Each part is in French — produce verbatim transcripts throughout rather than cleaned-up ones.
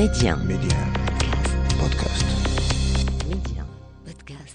Média. Média. Podcast. Média. Podcast.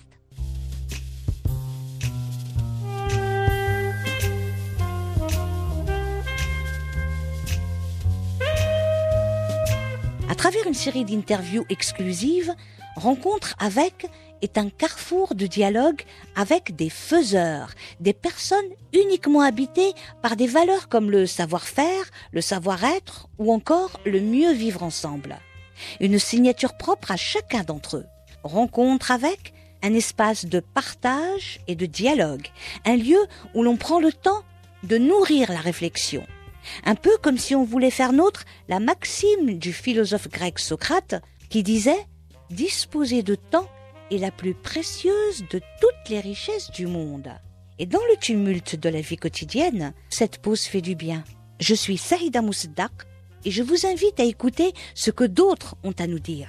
À travers une série d'interviews exclusives, Rencontre avec est un carrefour de dialogue avec des faiseurs, des personnes uniquement habitées par des valeurs comme le savoir-faire, le savoir-être ou encore le mieux vivre ensemble. Une signature propre à chacun d'entre eux. Rencontre avec un espace de partage et de dialogue, un lieu où l'on prend le temps de nourrir la réflexion. Un peu comme si on voulait faire nôtre la maxime du philosophe grec Socrate qui disait « Disposer de temps est la plus précieuse de toutes les richesses du monde ». Et dans le tumulte de la vie quotidienne, cette pause fait du bien. Je suis Saïda Moussadak et je vous invite à écouter ce que d'autres ont à nous dire.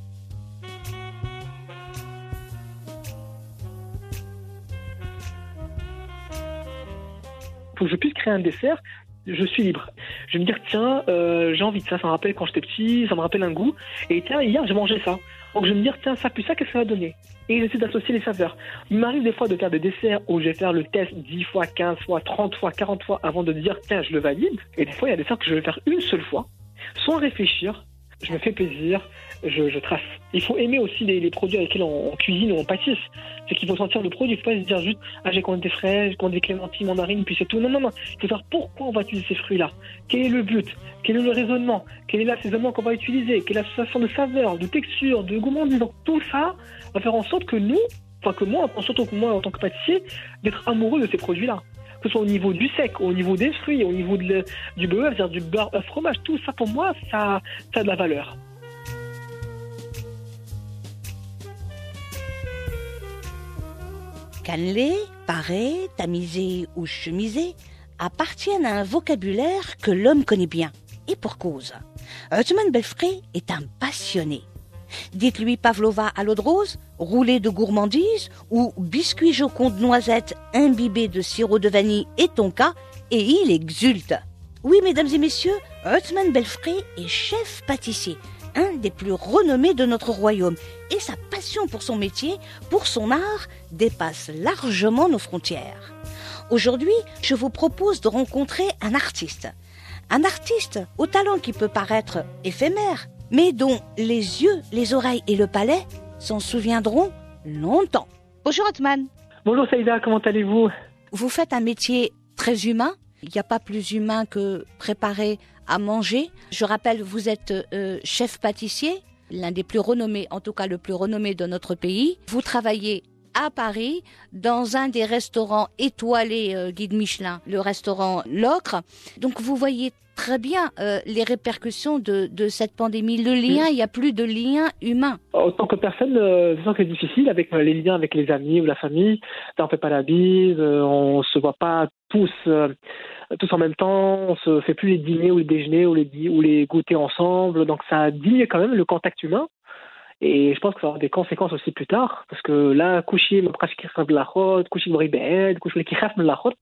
Pour que je puisse créer un dessert, je suis libre. Je vais me dire, tiens, euh, j'ai envie de ça, ça me rappelle quand j'étais petit, ça me rappelle un goût. Et tiens, hier, j'ai mangé ça. Donc je vais me dire, tiens, ça plus ça, qu'est-ce que ça va donner? Et j'essaie d'associer les saveurs. Il m'arrive des fois de faire des desserts où je vais faire le test dix fois, quinze fois, trente fois, quarante fois avant de dire, tiens, je le valide. Et des fois, il y a des desserts que je vais faire une seule fois, sans réfléchir. Je me fais plaisir, je, je trace. Il faut aimer aussi les, les produits avec lesquels on, on cuisine ou on pâtisse. C'est qu'il faut sentir le produit, il ne faut pas se dire juste « Ah, j'ai commandé des fraises, j'ai commandé des clémentines, mandarines, puis c'est tout ». Non, non, non. Il faut savoir pourquoi on va utiliser ces fruits-là. Quel est le but? Quel est le raisonnement? Quel est l'assaisonnement qu'on va utiliser? Quelle est l'association de saveurs, de textures, de gourmandise? Donc tout ça va faire en sorte que nous, enfin que moi, surtout que moi en tant que pâtissier, d'être amoureux de ces produits-là. Que ce soit au niveau du sec, au niveau des fruits, au niveau de le, du beurre, c'est-à-dire du beurre, œuf, fromage, tout ça pour moi, ça, ça a de la valeur. Cannelé, paré, tamisé ou chemisé appartiennent à un vocabulaire que l'homme connaît bien. Et pour cause. Othman Belfry est un passionné. Dites-lui pavlova à l'eau de rose, roulé de gourmandise ou biscuit jocon de noisettes imbibé de sirop de vanille et tonka et il exulte. Oui, mesdames et messieurs, Othman Belfry est chef pâtissier, un des plus renommés de notre royaume. Et sa passion pour son métier, pour son art, dépasse largement nos frontières. Aujourd'hui, je vous propose de rencontrer un artiste. Un artiste au talent qui peut paraître éphémère, mais dont les yeux, les oreilles et le palais s'en souviendront longtemps. Bonjour Othman. Bonjour Saïda, comment allez-vous? Vous faites un métier très humain. Il n'y a pas plus humain que préparer à manger. Je rappelle, vous êtes euh, chef pâtissier, l'un des plus renommés, en tout cas le plus renommé de notre pays. Vous travaillez à Paris, dans un des restaurants étoilés euh, guide Michelin, le restaurant L'Ocre. Donc vous voyez très bien euh, les répercussions de, de cette pandémie. Le lien, il n'y a plus de lien humain. En tant que personne, euh, c'est sûr que c'est difficile avec euh, les liens avec les amis ou la famille. On ne fait pas la bise, euh, on ne se voit pas tous euh, tous en même temps, on se fait plus les dîners ou les déjeuners ou les, ou les goûters ensemble. Donc ça diminue quand même le contact humain. Et je pense que ça aura des conséquences aussi plus tard, parce que là, coucher me presque de la route, coucher me bête, coucher qui de la route.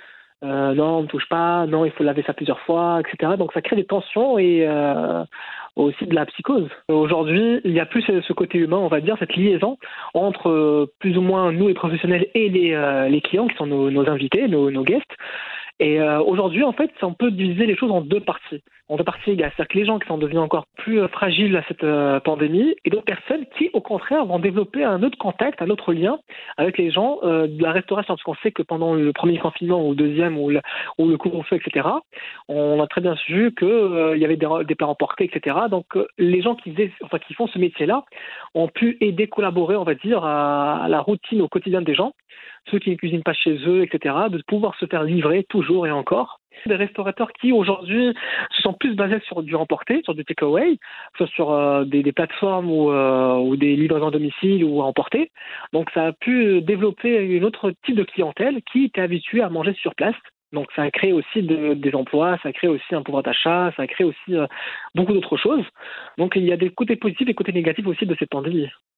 Euh, non, on ne touche pas, non, il faut laver ça plusieurs fois, et cetera. Donc ça crée des tensions et euh, aussi de la psychose. Aujourd'hui, il y a plus ce côté humain, on va dire, cette liaison entre euh, plus ou moins nous les professionnels et les, euh, les clients qui sont nos, nos invités, nos, nos guests. Et euh, aujourd'hui, en fait, on peut diviser les choses en deux parties. En deux parties égales. C'est-à-dire que les gens qui sont devenus encore plus euh, fragiles à cette euh, pandémie et d'autres personnes qui, au contraire, vont développer un autre contact, un autre lien avec les gens euh, de la restauration. Parce qu'on sait que pendant le premier confinement ou le deuxième ou le, ou le couvre-feu, et cetera, on a très bien vu qu'il euh, y avait des, des plats emportés, et cetera. Donc, euh, les gens qui, faisaient, enfin, qui font ce métier-là ont pu aider, collaborer, on va dire, à, à la routine au quotidien des gens. Ceux qui ne cuisinent pas chez eux, et cetera, de pouvoir se faire livrer toujours et encore. Des restaurateurs qui, aujourd'hui, se sont plus basés sur du emporté, sur du takeaway, que ce soit sur euh, des, des plateformes ou, euh, ou des livraisons à domicile ou à emporter. Donc, ça a pu développer une autre type de clientèle qui était habituée à manger sur place. Donc, ça a créé aussi de, des emplois, ça a créé aussi un pouvoir d'achat, ça a créé aussi euh, beaucoup d'autres choses. Donc, il y a des côtés positifs et des côtés négatifs aussi de cette pandémie.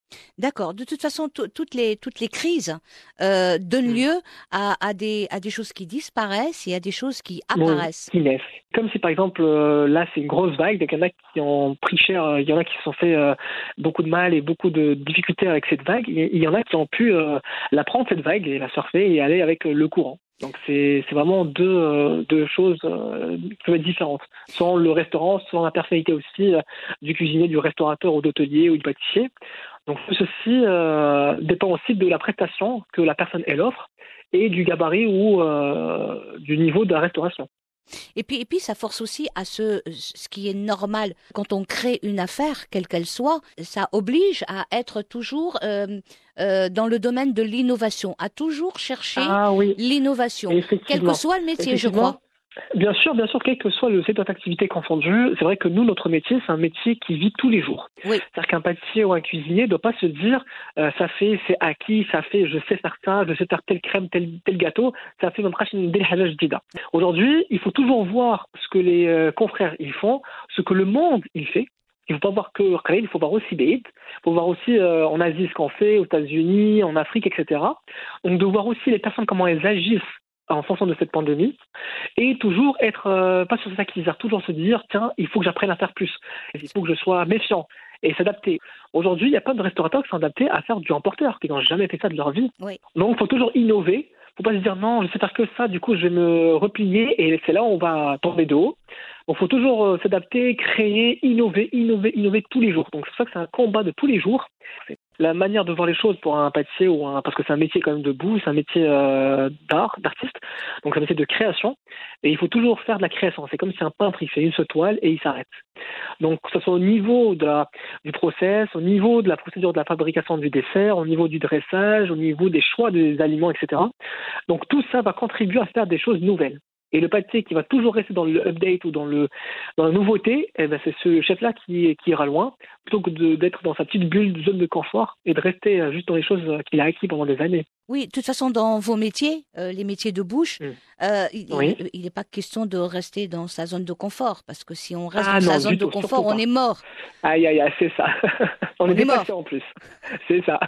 D'accord. De toute façon, tout- toutes les toutes les crises euh, donnent Mm. lieu à, à des à des choses qui disparaissent et à des choses qui Oui, apparaissent. qui naissent. Comme si par exemple euh, là c'est une grosse vague, donc il y en a qui ont pris cher, euh, il y en a qui se sont fait euh, beaucoup de mal et beaucoup de difficultés avec cette vague, et il y en a qui ont pu euh, la prendre cette vague et la surfer et aller avec euh, le courant. Donc c'est c'est vraiment deux euh, deux choses euh, qui peuvent être différentes. Soit le restaurant, soit la personnalité aussi euh, du cuisinier, du restaurateur ou d'hôtelier ou du pâtissier. Donc tout ceci euh, dépend aussi de la prestation que la personne elle offre et du gabarit ou euh, du niveau de la restauration. Et puis, et puis, ça force aussi à ce, ce qui est normal quand on crée une affaire, quelle qu'elle soit, ça oblige à être toujours euh, euh, dans le domaine de l'innovation, à toujours chercher Ah oui, l'innovation, quel que effectivement. soit le métier, je Effectivement, crois. bien sûr, bien sûr, quel que soit le secteur d'activité confondu, c'est vrai que nous, notre métier, c'est un métier qui vit tous les jours. Oui, C'est-à-dire qu'un pâtissier ou un cuisinier ne doit pas se dire euh, ça fait, c'est acquis, ça fait, je sais faire ça, je sais faire telle crème, tel, tel gâteau, ça fait une belle haja jdida. Aujourd'hui, il faut toujours voir ce que les euh, confrères ils font, ce que le monde il fait. Il ne faut pas voir que Khalid, il faut voir aussi Beït, il faut voir aussi euh, en Asie ce qu'on fait, aux États-Unis, en Afrique, et cetera. Donc de voir aussi les personnes comment elles agissent en fonction de cette pandémie et toujours être euh, pas sur sa acquisition, toujours se dire tiens, il faut que j'apprenne à faire plus, il faut que je sois méfiant et s'adapter. Aujourd'hui, il y a plein de restaurateurs qui sont adaptés à faire du emporteur, qui n'ont jamais fait ça de leur vie. oui. Donc, il faut toujours innover. Il ne faut pas se dire non, je sais faire que ça, du coup, je vais me replier et c'est là où on va tomber de haut. Donc, il faut toujours euh, s'adapter, créer, innover, innover, innover tous les jours. Donc, c'est pour ça que c'est un combat de tous les jours. C'est la manière de voir les choses pour un pâtissier ou un, parce que c'est un métier quand même debout, c'est un métier euh, d'art, d'artiste, donc c'est un métier de création, et il faut toujours faire de la création. C'est comme si un peintre il fait une seule toile et il s'arrête. Donc que ce soit au niveau de la, du process, au niveau de la procédure de la fabrication du dessert, au niveau du dressage, au niveau des choix des aliments, et cetera. Donc tout ça va contribuer à faire des choses nouvelles. Et le pâtissier qui va toujours rester dans le update ou dans le dans la nouveauté, eh ben c'est ce chef-là qui, qui ira loin, plutôt que de, d'être dans sa petite bulle de zone de confort et de rester euh, juste dans les choses qu'il a acquis pendant des années. Oui, de toute façon, dans vos métiers, euh, les métiers de bouche, Mm. euh, il Oui. n'est pas question de rester dans sa zone de confort, parce que si on reste Ah dans sa non, zone du de tout, confort, surtout on pas. est mort. Aïe, aïe, aïe, c'est ça. On On est est mort. dépassé en plus. C'est ça.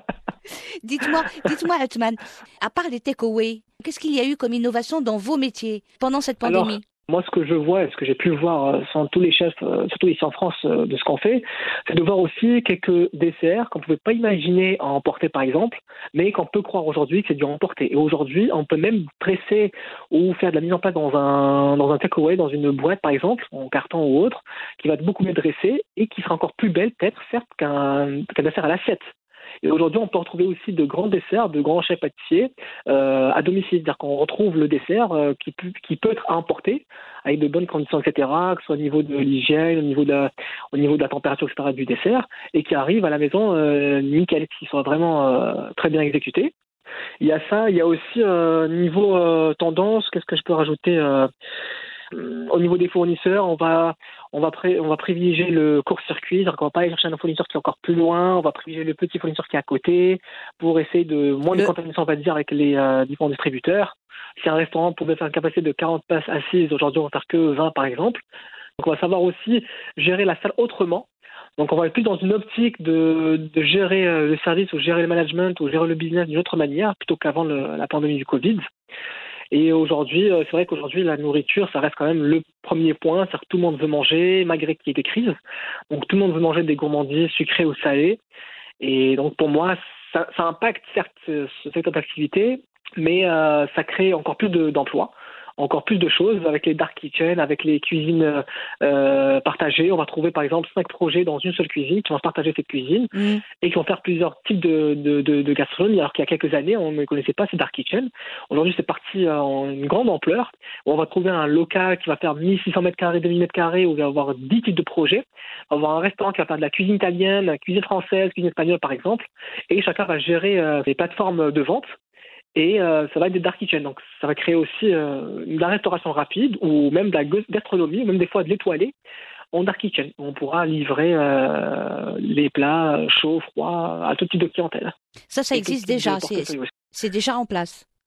Dites-moi, dites-moi, Atman, à part les takeaways, qu'est-ce qu'il y a eu comme innovation dans vos métiers pendant cette Alors, pandémie? moi, ce que je vois, et ce que j'ai pu voir euh, sans tous les chefs, euh, surtout ici en France, euh, de ce qu'on fait, c'est de voir aussi quelques desserts qu'on ne pouvait pas imaginer à emporter, par exemple, mais qu'on peut croire aujourd'hui que c'est du emporter. Et aujourd'hui, on peut même dresser ou faire de la mise en place dans un, dans un takeaway, dans une boîte, par exemple, en carton ou autre, qui va être beaucoup mieux dressée et qui sera encore plus belle, peut-être, certes, qu'un, qu'un dessert à l'assiette. Et aujourd'hui, on peut retrouver aussi de grands desserts, de grands chefs pâtissiers euh, à domicile. C'est-à-dire qu'on retrouve le dessert euh, qui, peut, qui peut être importé avec de bonnes conditions, et cetera, que ce soit au niveau de l'hygiène, au niveau de la, au niveau de la température, et cetera, du dessert, et qui arrive à la maison euh, nickel, qui soit vraiment euh, très bien exécuté. Il y a ça, il y a aussi euh, niveau euh, tendance, qu'est-ce que je peux rajouter euh, au niveau des fournisseurs, on va, on va, pré, on va privilégier le court-circuit, c'est-à-dire qu'on va pas aller chercher un fournisseur qui est encore plus loin, on va privilégier le petit fournisseur qui est à côté pour essayer de moins de Le... contamination, on va dire, avec les euh, différents distributeurs. Si un restaurant pouvait faire une capacité de quarante places assises, aujourd'hui on va faire que vingt par exemple. Donc on va savoir aussi gérer la salle autrement. Donc on va être plus dans une optique de, de gérer le service ou gérer le management ou gérer le business d'une autre manière plutôt qu'avant le, la pandémie du Covid. Et aujourd'hui, c'est vrai qu'aujourd'hui, la nourriture, ça reste quand même le premier point. C'est-à-dire que tout le monde veut manger, malgré qu'il y ait des crises. Donc tout le monde veut manger des gourmandises sucrées ou salées. Et donc pour moi, ça, ça impacte certes ce, ce secteur d'activité, mais euh, ça crée encore plus de, d'emplois, encore plus de choses avec les dark kitchens, avec les cuisines euh, partagées. On va trouver par exemple cinq projets dans une seule cuisine qui vont se partager cette cuisine mmh. et qui vont faire plusieurs types de, de, de, de gastronomie. Alors qu'il y a quelques années, on ne connaissait pas ces dark kitchens. Aujourd'hui, c'est parti en une grande ampleur. On va trouver un local qui va faire mille six cents mètres carrés, deux mille mètres carrés, où il va y avoir dix types de projets. On va avoir un restaurant qui va faire de la cuisine italienne, la cuisine française, cuisine espagnole par exemple. Et chacun va gérer euh, des plateformes de vente. Et euh, ça va être des dark kitchens, donc ça va créer aussi euh, de la restauration rapide ou même de la gastronomie, ou même des fois de l'étoilé en dark kitchen. On pourra livrer euh, les plats chauds, froids à tout type de clientèle. Ça, ça existe déjà, c'est, c'est déjà en place.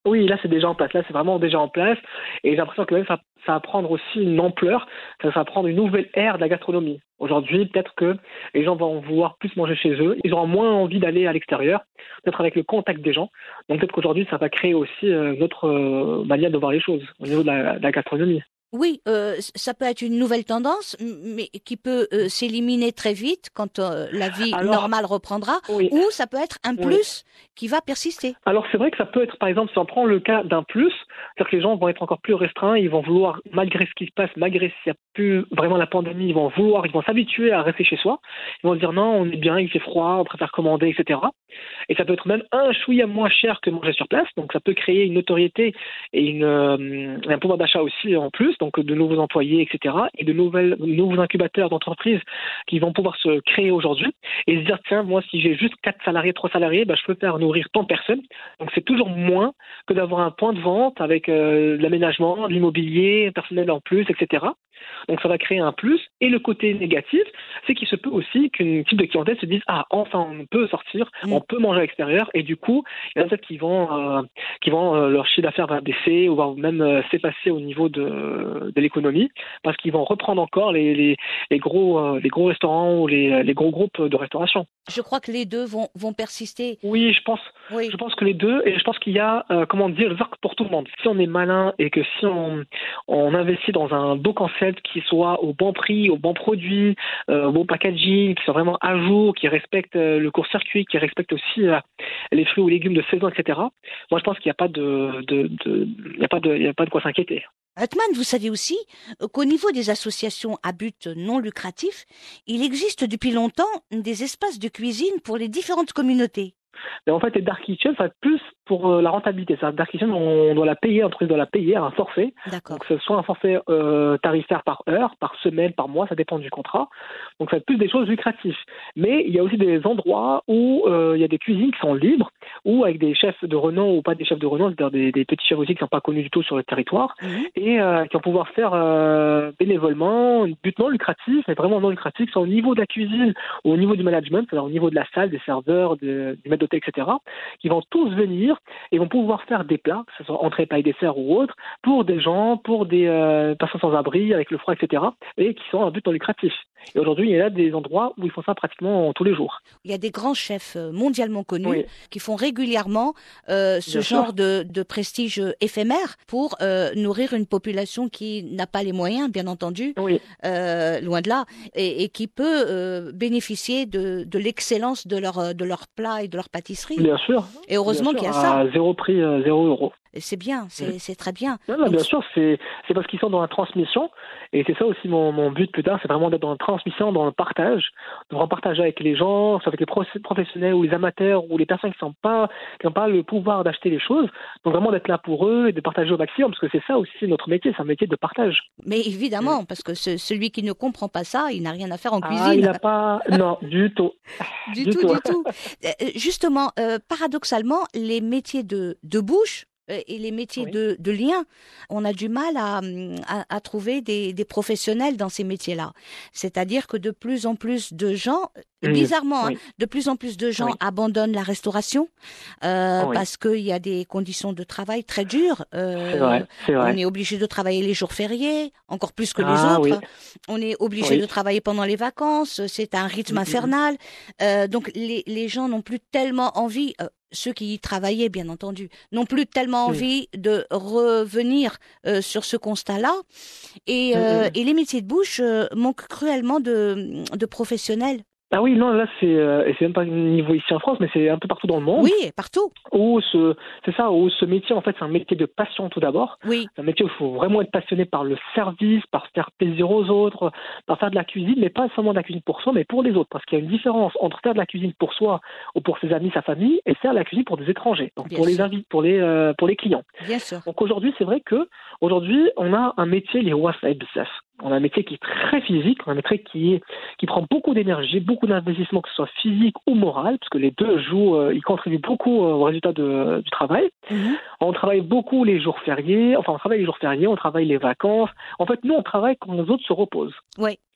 Oui, là, c'est déjà en place. Là, c'est vraiment déjà en place. Et j'ai l'impression que même ça, ça va prendre aussi une ampleur. Ça va prendre une nouvelle ère de la gastronomie. Aujourd'hui, peut-être que les gens vont vouloir plus manger chez eux. Ils auront moins envie d'aller à l'extérieur, peut-être avec le contact des gens. Donc, peut-être qu'aujourd'hui, ça va créer aussi euh, notre euh, manière de voir les choses au niveau de la, de la gastronomie. Oui, euh, ça peut être une nouvelle tendance, mais qui peut euh, s'éliminer très vite quand euh, la vie Alors, normale reprendra, oui, ou ça peut être un oui. plus qui va persister. Alors c'est vrai que ça peut être, par exemple, si on prend le cas d'un plus, c'est-à-dire que les gens vont être encore plus restreints, ils vont vouloir, malgré ce qui se passe, malgré s'il n'y a plus vraiment la pandémie, ils vont vouloir, ils vont s'habituer à rester chez soi, ils vont se dire non, on est bien, il fait froid, on préfère commander, et cetera. Et ça peut être même un chouïa moins cher que manger sur place, donc ça peut créer une notoriété et une, euh, un pouvoir d'achat aussi en plus, donc de nouveaux employés, et cetera. Et de nouvelles, de nouveaux incubateurs d'entreprises qui vont pouvoir se créer aujourd'hui et se dire tiens, moi si j'ai juste quatre salariés, trois salariés, bah, je peux faire nourrir tant de personnes. Donc c'est toujours moins que d'avoir un point de vente avec euh, l'aménagement, l'immobilier, personnel en plus, et cetera. Donc ça va créer un plus. Et le côté négatif, c'est qu'il se peut aussi qu'une type de clientèle se dise ah enfin on peut sortir, Mm. on peut manger à l'extérieur. Et du coup, il y en a peut-être qui vont, euh, qui vont euh, leur chiffre d'affaires va baisser ou va même euh, s'effacer au niveau de, de l'économie parce qu'ils vont reprendre encore les, les, les gros euh, les gros restaurants ou les, les gros groupes de restauration. Je crois que les deux vont, vont persister. Oui, je pense. Oui. Je pense que les deux, et je pense qu'il y a, euh, comment dire, le work pour tout le monde. Si on est malin et que si on, on investit dans un beau concept qui soit au bon prix, au bon produit, euh, au bon packaging, qui soit vraiment à jour, qui respecte euh, le court-circuit, qui respecte aussi euh, les fruits ou légumes de saison, et cetera. Moi, je pense qu'il n'y a pas de, de, de, il n'y a pas de, il y a pas de quoi s'inquiéter. Atman, vous savez aussi euh, qu'au niveau des associations à but non lucratif, il existe depuis longtemps des espaces de cuisine pour les différentes communautés. Mais en fait, les dark kitchen, ça va être plus pour euh, la rentabilité. C'est-à-dire, dark kitchen, on doit la payer, l'entreprise doit la payer à un forfait. D'accord. Donc, c'est soit un forfait euh, tarifaire par heure, par semaine, par mois, ça dépend du contrat. Donc, ça va être plus des choses lucratives. Mais il y a aussi des endroits où euh, il y a des cuisines qui sont libres, ou avec des chefs de renom, ou pas des chefs de renom, c'est-à-dire des, des petits chefs aussi qui ne sont pas connus du tout sur le territoire, Mmh. et euh, qui vont pouvoir faire euh, bénévolement, but non lucratif, mais vraiment non lucratif, soit au niveau de la cuisine, ou au niveau du management, c'est-à-dire au niveau de la salle, des serveurs, de, du maître d'hôtel, et cetera, qui vont tous venir et vont pouvoir faire des plats, que ce soit entrée, paille, dessert ou autre, pour des gens, pour des euh, personnes sans abri, avec le froid, et cetera, et qui sont à but non lucratif. Et aujourd'hui, il y a des endroits où ils font ça pratiquement tous les jours. Il y a des grands chefs euh, mondialement connus Oui. qui font régulièrement euh, ce Bien genre sûr. de, de prestige éphémère pour euh, nourrir une population qui n'a pas les moyens, bien entendu, Oui. euh, loin de là, et, et qui peut euh, bénéficier de, de l'excellence de leur de leurs plats et de leur pâtisserie. Bien sûr. Et heureusement Bien sûr, qu'il y a ça. à zéro prix, euh, zéro euro. Et c'est bien, c'est Mm. c'est très bien. Non, non, Donc, bien sûr, c'est c'est parce qu'ils sont dans la transmission, et c'est ça aussi mon, mon but plus tard, c'est vraiment d'être dans la transmission, dans le partage, de vraiment partager avec les gens, soit avec les pro- professionnels ou les amateurs ou les personnes qui sont pas qui n'ont pas le pouvoir d'acheter les choses, donc vraiment d'être là pour eux et de partager au maximum, parce que c'est ça aussi notre métier, c'est un métier de partage. mais évidemment, parce que ce- celui qui ne comprend pas ça, il n'a rien à faire en Ah, cuisine. il n'a pas, non, du tout, Du du tout, tout. du tout. Euh, Justement, euh, paradoxalement, les métiers de, de bouche euh, et les métiers Oui. de, de lien, on a du mal à, hum, à, à trouver des, des professionnels dans ces métiers-là. C'est-à-dire que de plus en plus de gens, Mmh, bizarrement, oui. hein, de plus en plus de gens Oui. abandonnent la restauration euh, Oui. parce qu'il y a des conditions de travail très dures. Euh, C'est vrai, c'est on vrai. est obligé de travailler les jours fériés, encore plus que les Ah autres. oui. On est obligé Oui. de travailler pendant les vacances. C'est un rythme Mhm. infernal. Euh, donc les, les gens n'ont plus tellement envie, euh, ceux qui y travaillaient bien entendu, n'ont plus tellement Mm. envie de revenir euh, sur ce constat-là. Et, euh, Mhm. et les métiers de bouche euh, manquent cruellement de, de professionnels. Ah oui, non, là c'est euh, et c'est même pas au niveau ici en France, mais c'est un peu partout dans le monde. Oui, partout. Où ce, c'est ça, où ce métier en fait c'est un métier de passion tout d'abord. Oui, C'est un métier où il faut vraiment être passionné par le service, par faire plaisir aux autres, par faire de la cuisine, mais pas seulement de la cuisine pour soi, mais pour les autres, parce qu'il y a une différence entre faire de la cuisine pour soi ou pour ses amis, sa famille, et faire de la cuisine pour des étrangers, donc Bien pour les sûr. invités, pour les euh, pour les clients. bien sûr. Donc aujourd'hui, c'est vrai que aujourd'hui, on a un métier les wassaib bzaf. On a un métier qui est très physique, on a un métier qui est qui prend beaucoup d'énergie, beaucoup d'investissement, que ce soit physique ou moral, parce que les deux jouent, euh, ils contribuent beaucoup euh, au résultat de, du travail. Mhm. On travaille beaucoup les jours fériés, enfin on travaille les jours fériés, on travaille les vacances. En fait, nous on travaille quand les autres se reposent. Oui.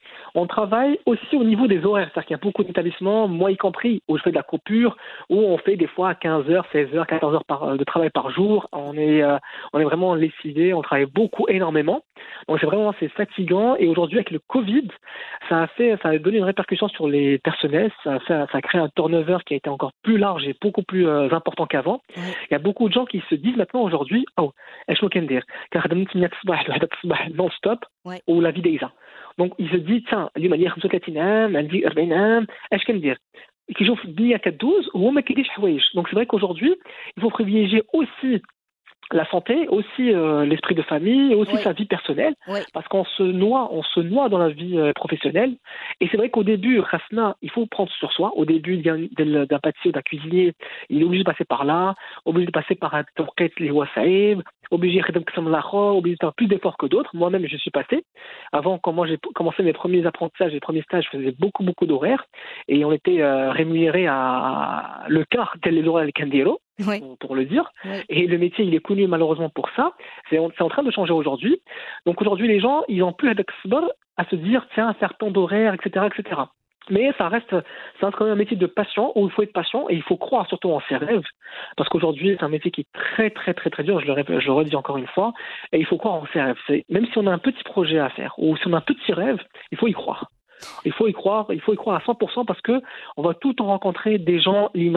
On travaille aussi au niveau des horaires. C'est-à-dire qu'il y a beaucoup d'établissements, moi y compris, où je fais de la coupure, où on fait des fois quinze heures, seize heures, quatorze heures par, de travail par jour. On est, euh, on est vraiment lessivé, on travaille beaucoup, énormément. Donc c'est vraiment c'est fatigant. Et aujourd'hui, avec le Covid, ça a fait, ça a donné une répercussion sur les personnels. Ça a, fait, ça a créé un turnover qui a été encore plus large et beaucoup plus euh, important qu'avant. Ouais. Il y a beaucoup de gens qui se disent maintenant aujourd'hui, oh, est-ce que je peux dire, car non-stop, ouais. Ou la vie des gens. Donc il se dit, tiens, lui m'a dit خمسة وثلاثين عام, elle dit أربعين عام, اش كندير؟ كيشوف الدنيا كدوز وهو ما كيديرش حوايج. Donc c'est vrai qu'aujourd'hui, il faut privilégier aussi la santé, aussi euh, l'esprit de famille, aussi oui. Sa vie personnelle, oui. Parce qu'on se noie, on se noie dans la vie euh, professionnelle. Et c'est vrai qu'au début, Khasna, il faut prendre sur soi. Au début d'un, d'un pâtissier ou d'un cuisinier, il est obligé de passer par là, obligé de passer par un tourquet, les wasaïb, obligé de faire plus d'efforts que d'autres. Moi-même, je suis passé. Avant, quand moi j'ai commencé mes premiers apprentissages, les premiers stages, je faisais beaucoup, beaucoup d'horaires. Et on était euh, rémunéré à le quart tel les horaires avec Candelo. Oui. Pour le dire. Oui. Et le métier, il est connu malheureusement pour ça. C'est, c'est en train de changer aujourd'hui. Donc aujourd'hui, les gens, ils n'ont plus à se dire, tiens, faire tant d'horaires, et cetera, et cetera. Mais ça reste, ça reste quand même un métier de patient où il faut être patient et il faut croire surtout en ses rêves. Parce qu'aujourd'hui, c'est un métier qui est très, très, très, très dur. Je le répète, je le redis encore une fois. Et il faut croire en ses rêves. C'est, même si on a un petit projet à faire ou si on a un petit rêve, il faut y croire. Il faut y croire, il faut y croire à cent pour cent parce que on va tout le temps rencontrer des gens, ils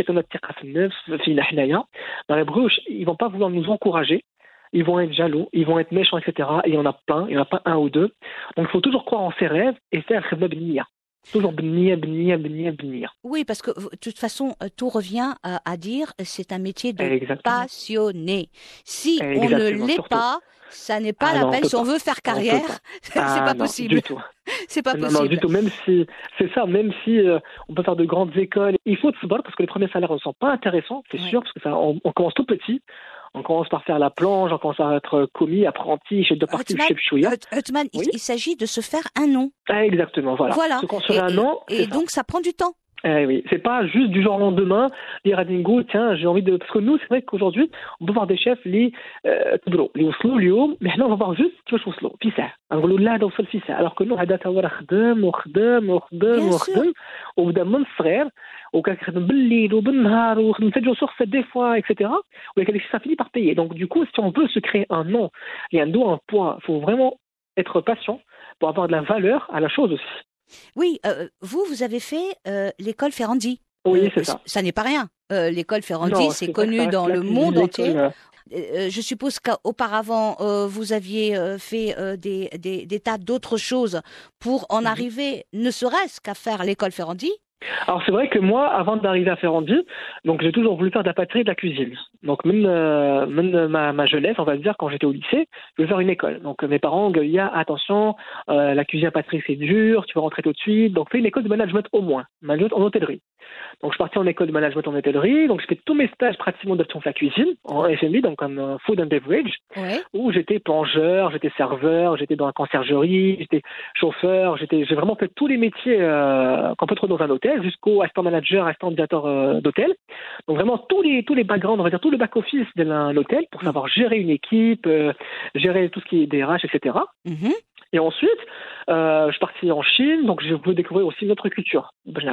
vont pas vouloir nous encourager, ils vont être jaloux, ils vont être méchants, et cetera. Et il y en a plein, il n'y en a pas un ou deux. Donc il faut toujours croire en ses rêves et faire toujours bnia, bnia, bnia, bnia. Oui, parce que de toute façon, tout revient à, à dire, c'est un métier de Exactement. Passionné. Si Exactement, on ne l'est surtout. Pas, ça n'est pas ah, la non, peine. Si on veut faire carrière, c'est ah, pas non, possible. Du tout. C'est pas non, possible. Non, du tout. Même si, c'est ça, même si euh, on peut faire de grandes écoles, il faut se battre parce que les premiers salaires ne sont pas intéressants, c'est ouais. sûr, parce que ça, on, on commence tout petit. On commence par faire la planche, on commence à être commis, apprenti, chef de parti, chef chouïa. Hutman, oui. il, il s'agit de se faire un nom. Ah, exactement, voilà. voilà. Se construire un nom. Et, et donc, ça prend du temps. Eh oui, c'est pas juste du jour au lendemain dire à Dingo, tiens, j'ai envie de. Parce que nous, c'est vrai qu'aujourd'hui, on peut voir des chefs, les تبرو اللي وصلوا اليوم mais on va voir juste كيفاش وصلوا في ساعة نقولوا لا هذا وصل في ساعة alors que nous هذا تا هو خدام وخدام وخدام وخدام وبدا من الصغير وكان يخدم بالليل وبالنهار وخدم sept jours sur sept des fois et cetera et ça finit par payer. Donc du coup, si on veut se créer un nom et un dos, un poids, il faut vraiment être patient pour avoir de la valeur à la chose aussi. Oui, euh, vous, vous avez fait euh, l'école Ferrandi. Oui, euh, c'est ça. Ça n'est pas rien. Euh, l'école Ferrandi, non, c'est, c'est connu dans le monde entier. Euh, je suppose qu'auparavant, euh, vous aviez euh, fait euh, des, des, des tas d'autres choses pour en mmh. arriver, ne serait-ce qu'à faire l'école Ferrandi. Alors c'est vrai que moi, avant d'arriver à Ferrandi, donc j'ai toujours voulu faire de la pâtisserie et de la cuisine. Donc même, euh, même ma, ma jeunesse, on va dire, quand j'étais au lycée, je voulais faire une école. Donc mes parents, il y a attention, euh, la cuisine et la pâtisserie c'est dur, tu vas rentrer tout de suite. Donc fais une école de management au moins, management en hôtellerie. Donc je suis parti en école de management en hôtellerie, donc j'ai fait tous mes stages pratiquement d'option de la cuisine en F M B, donc comme uh, food and beverage, ouais. Où j'étais plongeur, j'étais serveur, j'étais dans la conciergerie, j'étais chauffeur, j'étais, j'ai vraiment fait tous les métiers euh, qu'on peut trouver dans un hôtel, jusqu'au assistant manager, assistant directeur euh, d'hôtel. Donc vraiment tous les tous les backgrounds, on va dire tout le back office d'un hôtel pour savoir gérer une équipe, euh, gérer tout ce qui est D R H, et cetera. Mm-hmm. Et ensuite, euh, je suis parti en Chine, donc j'ai voulu découvrir aussi notre culture.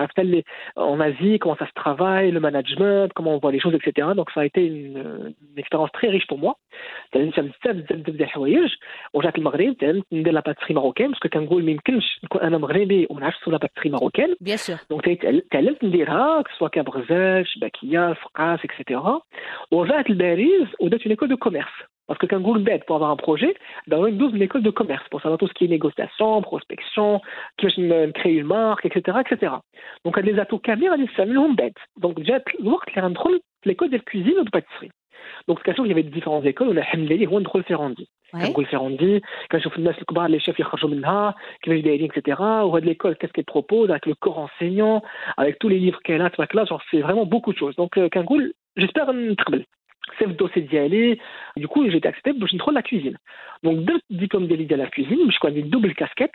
En Asie, comment ça se travaille, le management, comment on voit les choses, et cetera. Donc ça a été une, une expérience très riche pour moi. On جات المغرب ندير la pâtisserie marocaine parce que كنقول ما يمكنش نكون انا مغربي وما نعرفش لا pâtisserie marocaine. Bien sûr. Donc تعلمت نديرها que ce soit كبغزال, شباكيه, فقاس, et cetera. وجات لباريس ودات une école de commerce. Parce que quand on pour avoir un projet, d'avoir une double école de commerce pour savoir tout ce qui est négociation, prospection, créer une marque, et cetera, et cetera. Donc, les atouts caméras, ils sont bêtes. Donc, j'ai l'école de cuisine ou de pâtisserie. Donc, c'est quelque chose, il y avait différentes écoles. On a Hamleli, on a Ferrandi. On Ferrandi, quand je fais le Nasl les chefs, ils sortent de là, qui veulent des et cetera. On a de l'école, qu'est-ce qu'elle propose, avec le corps enseignant, avec tous les livres qu'elle a, là, genre, c'est vraiment beaucoup de choses. Donc, quand j'espère un travail. C'est le dossier d'y aller. Du coup, j'ai été accepté pour une trop de la cuisine. Donc, deux diplômes d'élite de la cuisine, je connais une double casquette.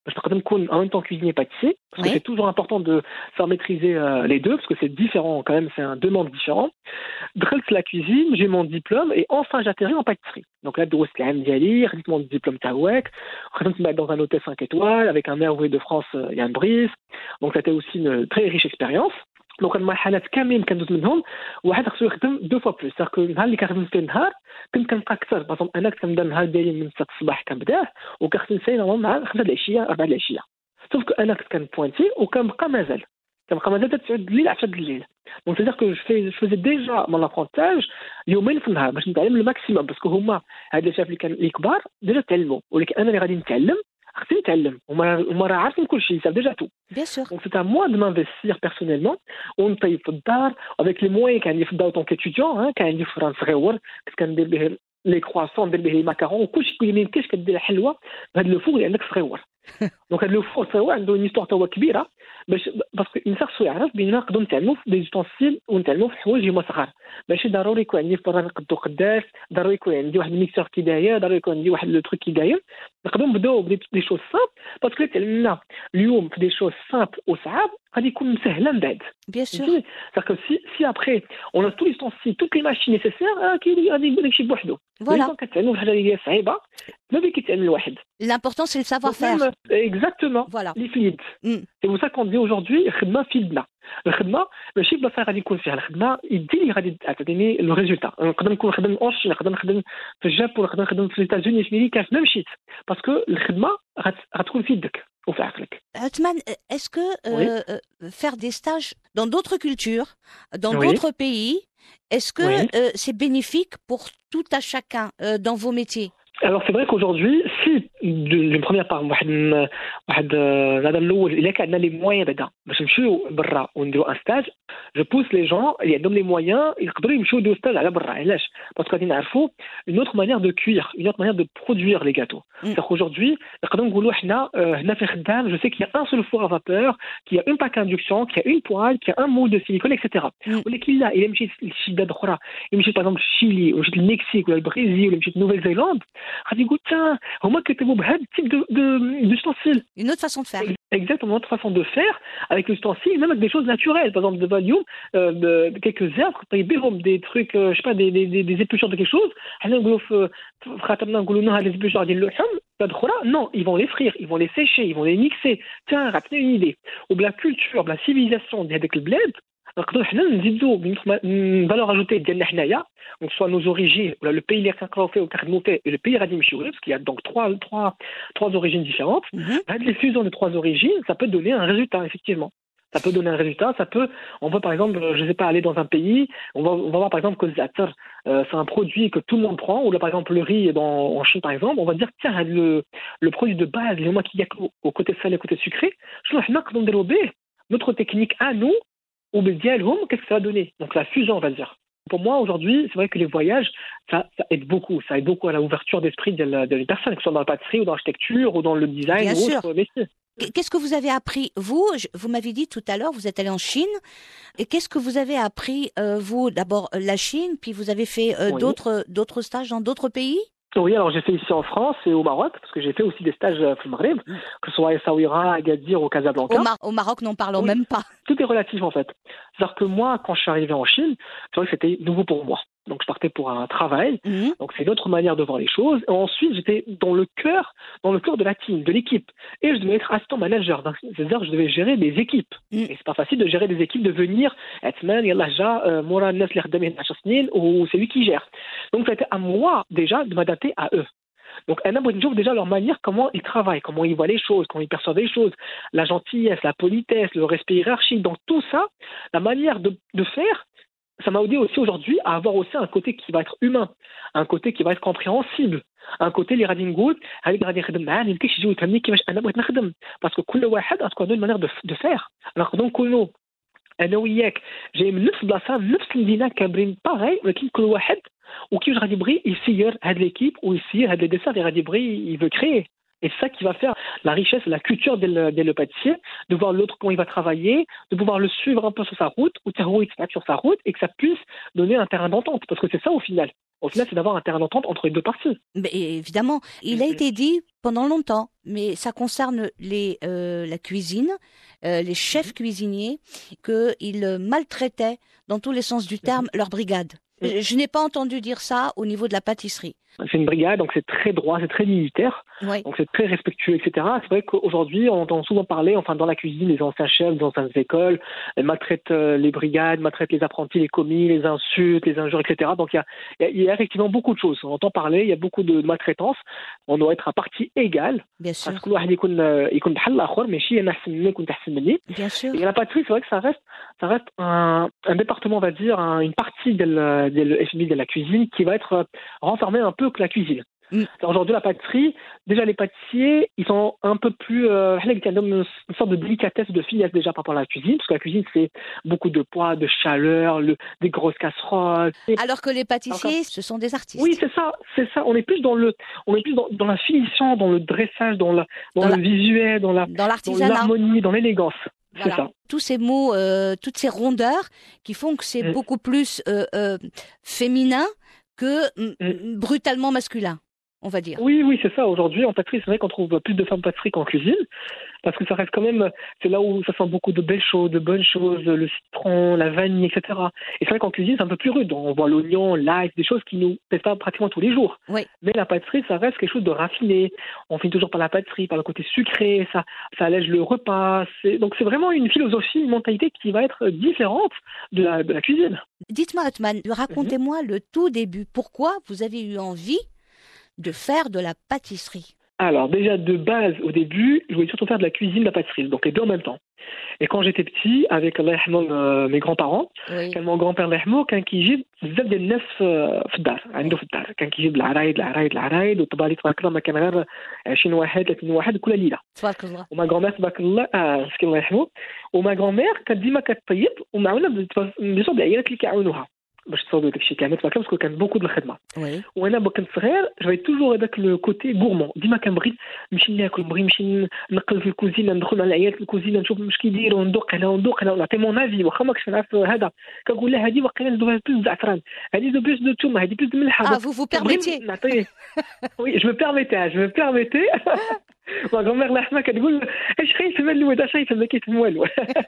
باش نقدر نكون en même temps cuisinier pâtissier parce que Oui. c'est toujours important de faire maîtriser euh, les deux parce que c'est différent quand même, c'est un deux mondes différents. دخلت la cuisine, j'ai mon diplôme et enfin j'atterris en pâtisserie. Donc là دوزت العام ديالي, خديت mon diplôme تاع واك, خدمت بعد dans un hôtel cinq étoiles avec un meilleur ouvrier de France, euh, Yann Brice. Donc c'était aussi une très riche expérience. دونك المرحلات كاملين كندوز منهم واحد خصو يخدم دو فوا بلوس. ساغ كو النهار اللي كنخدم فيه النهار كنت كنبقى اكثر. باغ انا كنت كنبدا النهار ديالي من ستة الصباح كنبداه وكنخدم ساي نورمال مع خمسة العشيه أربعة العشيه. سوف كو انا كنت كنبوانتي وكنبقى مازال كنبقى مازال حتى تسعة الليل عشرة الليل. دونك سيدير كو جو في جو فيزي ديجا مون لابرونتاج يومين في النهار باش نتعلم الماكسيموم باسكو هما هاد لي شاف اللي كان اللي كبار ديجا تعلموا ولكن انا اللي غادي نتعلم خصني نتعلم وما هما راه عارفين كلشي يساو ديجا تو. Bien sûr. Donc c'est à moi de m'investir personnellement. On paye في الدار avec les moyens كان عندي في الدار طونك étudiant, hein, كان عندي فران صغيور كنت كندير به لي كرواسون ندير به لي ماكارون وكلشي كل ما يمكنش كدير حلوه بهذا لو فور اللي عندك صغيور. دونك هذا لو فور صغيور عنده اون هيستوار تا كبيره باش باسكو الانسان خصو يعرف بان نقدروا نتعلموا في دي زوتونسيل ونتعلموا في حوايج هما صغار. ماشي ضروري يكون عندي فران نقدو قداش, ضروري يكون عندي واحد الميكسور كي داير, ضروري يكون عندي واحد لو تروك كي داير. نقدروا نبداو بدي شوز سامبل باسكو تعلمنا اليوم في دي شوز سامبل وصعاب غادي يكون مسهله من بعد. Bien sûr. C'est-à-dire que si, si après on a tous les ustensiles, toutes les machines nécessaires, كي غادي يقول لك شي بوحدو. Voilà. كتعلموا في حاجه اللي هي صعيبه ما بغيت كيتعلم الواحد. L'important c'est le savoir-faire. Exactement. Voilà. Les fluides. Mm. C'est pour ça qu'on dit aujourd'hui الخدمه في يدنا. الخدمه ماشي بلاصه غادي يكون فيها الخدمه يدي لي غادي تعطيني لو ريزولتا. نقدر نكون خدام اون شين, نقدر نخدم في الجابون, نقدر نخدم في ليتازوني في امريكا في ميم شيت باسكو الخدمه غتكون في يدك وفي عقلك. Atman, est-ce que euh, Oui. euh, faire des stages dans d'autres cultures, dans Oui. d'autres pays, est-ce que Oui. euh, c'est bénéfique pour tout à chacun euh, dans vos métiers? Alors c'est vrai qu'aujourd'hui, si d'une première part واحد واحد هذا الاول الا كان عندنا لي مويان بعدا باش نمشيو برا ونديروا ان ستاج, جو بوس لي جون اللي عندهم لي مويان يقدروا يمشيو يديروا ستاج على برا. علاش؟ باسكو غادي نعرفوا اون اوتر مانيير دو كوير, اون اوتر مانيير دو برودوير لي غاتو. سيغ aujourd'hui نقدروا نقولوا حنا هنا في خدام جو سي كي ان سول فور ا فابور كي ان باك اندكسيون كي اون بوال كي ان مول دو سيليكون اكسيتيرا. ولكن لا الا مشيت لشي بلاد اخرى, مشيت باغ اكزومبل الشيلي ولا مشيت المكسيك ولا البرازيل ولا مشيت نوفيل زيلاند, غادي يقول تان هما كيكتبوا بهذا التيب دو دو ستانسيل. Une autre façon de faire. Exactement, notre façon de faire avec l'ustensile, même avec des choses naturelles. Par exemple, de Valium, euh, de, de quelques herbes, des trucs, euh, je sais pas, des, des, des, des épluchures de quelque chose. Non, ils vont les frire, ils vont les sécher, ils vont les mixer. Tiens, rappelez une idée. Ou de la culture, de la civilisation avec le bled, نقدروا حنا نزيدوا فالور اجوتي ديالنا حنايا, دونك سوا نوز اوريجين ولا لو بي اللي كنقراو فيه وكنخدموا فيه لو بي غادي نمشيو ليه, باسكو يا دونك trois trois trois origines différentes. هاد لي فيزيون de trois origines, ça peut donner un résultat effectivement. Ça peut donner un résultat, ça peut, on peut par exemple, je sais pas, aller dans un pays, on va, on va voir par exemple que le za'atar, euh, c'est un produit que tout le monde prend, ou là par exemple le riz dans, en Chine par exemple, on va dire tiens, le, le produit de base, les mots qu'il y a au côté salé, au côté sucré, notre technique à nous, ou qu'est-ce que ça va donner? Donc la fusion, on va dire. Pour moi, aujourd'hui, c'est vrai que les voyages, ça, ça aide beaucoup. Ça aide beaucoup à l'ouverture d'esprit des de, de personnes, que ce soit dans la pâtisserie ou dans l'architecture ou dans le design Bien ou sûr. autre métier. Qu'est-ce que vous avez appris, vous? Vous m'avez dit tout à l'heure, vous êtes allé en Chine. Et qu'est-ce que vous avez appris, euh, vous? D'abord la Chine, puis vous avez fait euh, Oui. d'autres, d'autres stages dans d'autres pays? Oui, alors j'ai fait ici en France et au Maroc, parce que j'ai fait aussi des stages au Maghreb, que ce soit à Essaouira, à Agadir ou Casablanca. Au, Mar au Maroc, n'en parlons Oui. même pas. Tout est relatif en fait. C'est-à-dire que moi, quand je suis arrivé en Chine, c'est vrai que c'était nouveau pour moi. Donc je partais pour un travail, Mmh. donc c'est une autre manière de voir les choses. Et ensuite, j'étais dans le cœur, dans le cœur de la team, de l'équipe. Et je devais être assistant manager, donc, c'est-à-dire que je devais gérer des équipes. Mmh. Et c'est pas facile de gérer des équipes, de venir, Atman, Yallah Ja, Moura Nas Lerdem ou c'est lui qui gère. Donc c'était à moi déjà de m'adapter à eux. Donc, un homme déjà leur manière, comment ils travaillent, comment ils voient les choses, comment ils perçoivent les choses, la gentillesse, la politesse, le respect hiérarchique. Donc, tout ça, la manière de, de faire, ça m'a aidé aussi aujourd'hui à avoir aussi un côté qui va être humain, un côté qui va être compréhensible, un côté les radin good, avec radin khadem معاه ما يمكنش يجي يفهمني كيفاش انا بغيت نخدم, parce que كل واحد عنده une manière de, de faire. Alors donc كلنا انا وياك جاي من نفس البلاصه من نفس المدينه كاملين باغي, ولكن كل واحد وكيفاش غادي يبغي يسير هاد ليكيب ويسير هاد لي ديسير اللي غادي يبغي il veut créer. Et c'est ça qui va faire la richesse, la culture des pâtissiers, de voir l'autre comment il va travailler, de pouvoir le suivre un peu sur sa route, ou sur sa route, et que ça puisse donner un terrain d'entente, parce que c'est ça au final. Au final, c'est d'avoir un terrain d'entente entre les deux parties. Mais évidemment, il a été dit pendant longtemps, mais ça concerne les, euh, la cuisine, euh, les chefs cuisiniers, qu'ils maltraitaient, dans tous les sens du terme, leur brigade. Je, je n'ai pas entendu dire ça au niveau de la pâtisserie. C'est une brigade, donc c'est très droit, c'est très militaire, Oui. donc c'est très respectueux, et cetera. C'est vrai qu'aujourd'hui, on entend souvent parler, enfin dans la cuisine, les anciens chefs, les anciennes écoles, elles maltraitent euh, les brigades, maltraitent les apprentis, les commis, les insultes, les injures, et cetera. Donc il y a, il y a, il y a effectivement beaucoup de choses. On entend parler, il y a beaucoup de, de maltraitance. On doit être à partie égale. Bien sûr. Parce que الواحد يكون يكون بحال الآخر ماشي أنا أحسن منك وأنت أحسن مني. Bien sûr. Et la pâtisserie, c'est vrai que ça reste, ça reste un, un département, on va dire, un, une partie de la, de, F B I de la cuisine qui va être renfermée un peu que la cuisine. Mm. Aujourd'hui, la pâtisserie, déjà les pâtissiers, ils sont un peu plus, euh, une sorte de délicatesse, de finesse déjà par rapport à la cuisine, parce que la cuisine, c'est beaucoup de poids, de chaleur, le, des grosses casseroles. Alors que les pâtissiers, Alors, ce sont des artistes. Oui, c'est ça, c'est ça. On est plus dans le, on est plus dans, dans la finition, dans le dressage, dans, la, dans, Dans le la- visuel, dans la, Dans dans l'artisanat. l'harmonie, dans l'élégance. C'est Voilà. ça. Tous ces mots, euh, toutes ces rondeurs qui font que c'est Mm. beaucoup plus euh, euh, féminin que mm, Mm. brutalement masculin, on va dire. Oui, oui, c'est ça. Aujourd'hui, en pâtisserie, c'est vrai qu'on trouve plus de femmes pâtisseries qu'en cuisine, parce que ça reste quand même, c'est là où ça sent beaucoup de belles choses, de bonnes choses, le citron, la vanille, et cetera. Et c'est vrai qu'en cuisine, c'est un peu plus rude. On voit l'oignon, l'ail, des choses qui nous plaisent pas pratiquement tous les jours. Oui. Mais la pâtisserie, ça reste quelque chose de raffiné. On finit toujours par la pâtisserie, par le côté sucré, ça, ça allège le repas. C'est, donc c'est vraiment une philosophie, une mentalité qui va être différente de la, de la cuisine. Dites-moi, Othman, racontez-moi le tout début. Pourquoi vous avez eu envie de faire de la pâtisserie? Alors déjà de base au début, je voulais surtout faire de la cuisine, de la pâtisserie, donc les deux en même temps. Et quand j'étais petit, avec Allah yarhamhom, euh, mes grands-parents, Oui. كان mon grand-père الله يرحمه كان كيجيب بزاف ديال الناس في في الدار، عنده في الدار كان كيجيب العرايد العرايد العرايد والطبالي تبارك الله ما كان غير عشرين واحد ثلاثين واحد كل ليله. تبارك الله. وما grand-mère تبارك الله اه مسكين الله يرحمه، وما grand-mère كانت ديما كتطيب ومعاونه بيصوب العيالات اللي كيعاونوها باش تصاوب داك الشيء كامل تبارك الله باسكو كان بوكو د الخدمه. Oui. وانا كنت صغير جافي توجور هذاك لو كوتي غورمون، ديما كنبغي نمشي ناكل، نبغي نمشي نقل في الكوزينه، ندخل مع العيال في الكوزينه نشوف واش كيديروا، ندوق هنا وندوق هنا ونعطي مون افي واخا ما كنتش نعرف هذا، كنقول لها هذه واقيلا ندوها بلوس زعتران، هذه دو بلوس دو توم، هذه بلوس ملحه. Ah, vous vous permettiez. نعطي وي جو مي بيرميتي جو مي بيرميتي ما غومير الله يرحمها كتقول اش خايف من الواد اش خايف ما كيفهم والو.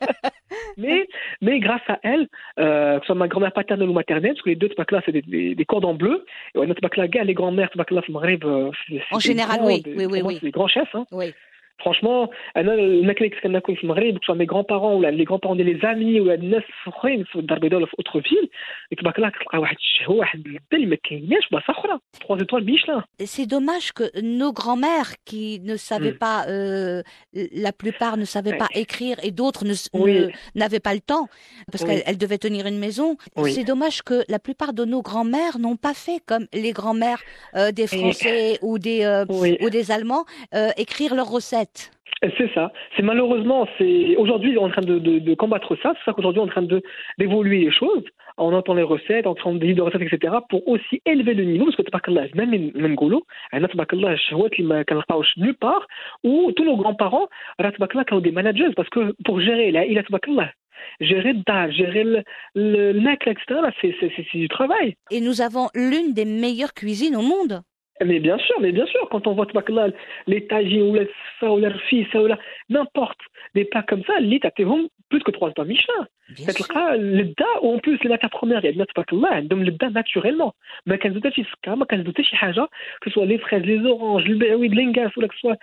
mais mais grâce à elle, euh, que ce soit ma grand-mère paternelle ou maternelle, parce que les deux tbakla c'est des, des, des cordons bleus, et on a tbakla gars les grand-mères tbakla في المغرب En général, oui, oui, oui, oui. C'est des grands chefs, hein. Oui. Franchement, انا الماكله اللي كنا ناكل في المغرب que ce soit mes grands-parents ou les grands-parents ديال les amis ou الناس اخرين في الدار البيضاء ولا في اوتر فيل، تبارك الله كتلقى واحد الشهوه واحد اللذه اللي ما كايناش بلاصه اخرى. trois étoiles Michelin. C'est dommage que nos grands-mères qui ne savaient Mm. pas, euh, la plupart ne savaient Ouais. pas écrire et d'autres ne, Oui. ne- n'avaient pas le temps parce Oui. qu'elles elles devaient tenir une maison. Oui. C'est dommage que la plupart de nos grands-mères n'ont pas fait comme les grands-mères euh, des Français ou des euh, Oui. ou des Allemands, euh, écrire leurs recettes. C'est ça. C'est malheureusement, c'est aujourd'hui on est en train de, de, de combattre ça. C'est ça qu'aujourd'hui on est en train de d'évoluer les choses. On entend les recettes, on entend des livres de recettes, et cetera pour aussi élever le niveau parce que tabakallah, même من نقولوا عندنا tabakallah الشهوات اللي ما كنلقاوش nulle part où tous nos grands-parents راه tabakallah كانوا des managers parce que pour gérer العائلة tabakallah gérer الدار gérer le- le- الماكلة et cetera c'est c'est c'est c'est du travail. Et nous avons l'une des meilleures cuisines au monde. Mais bien sûr, mais bien sûr, quand on voit tabakallah, les tagines ou les sfa ou les rfissa ou la n'importe des plats comme ça, اللي تعطيهم plus que trois étoiles Michelin. Bien sûr. كتلقى اللذة وان بلوس les matières premières عندنا تبارك الله عندهم اللذة naturellement. ما كنزيدو حتى شي سكر، ما كنزيدو حتى شي حاجة، que ce soit les fraises, les oranges, البعويد، l'engas ولا que ce soit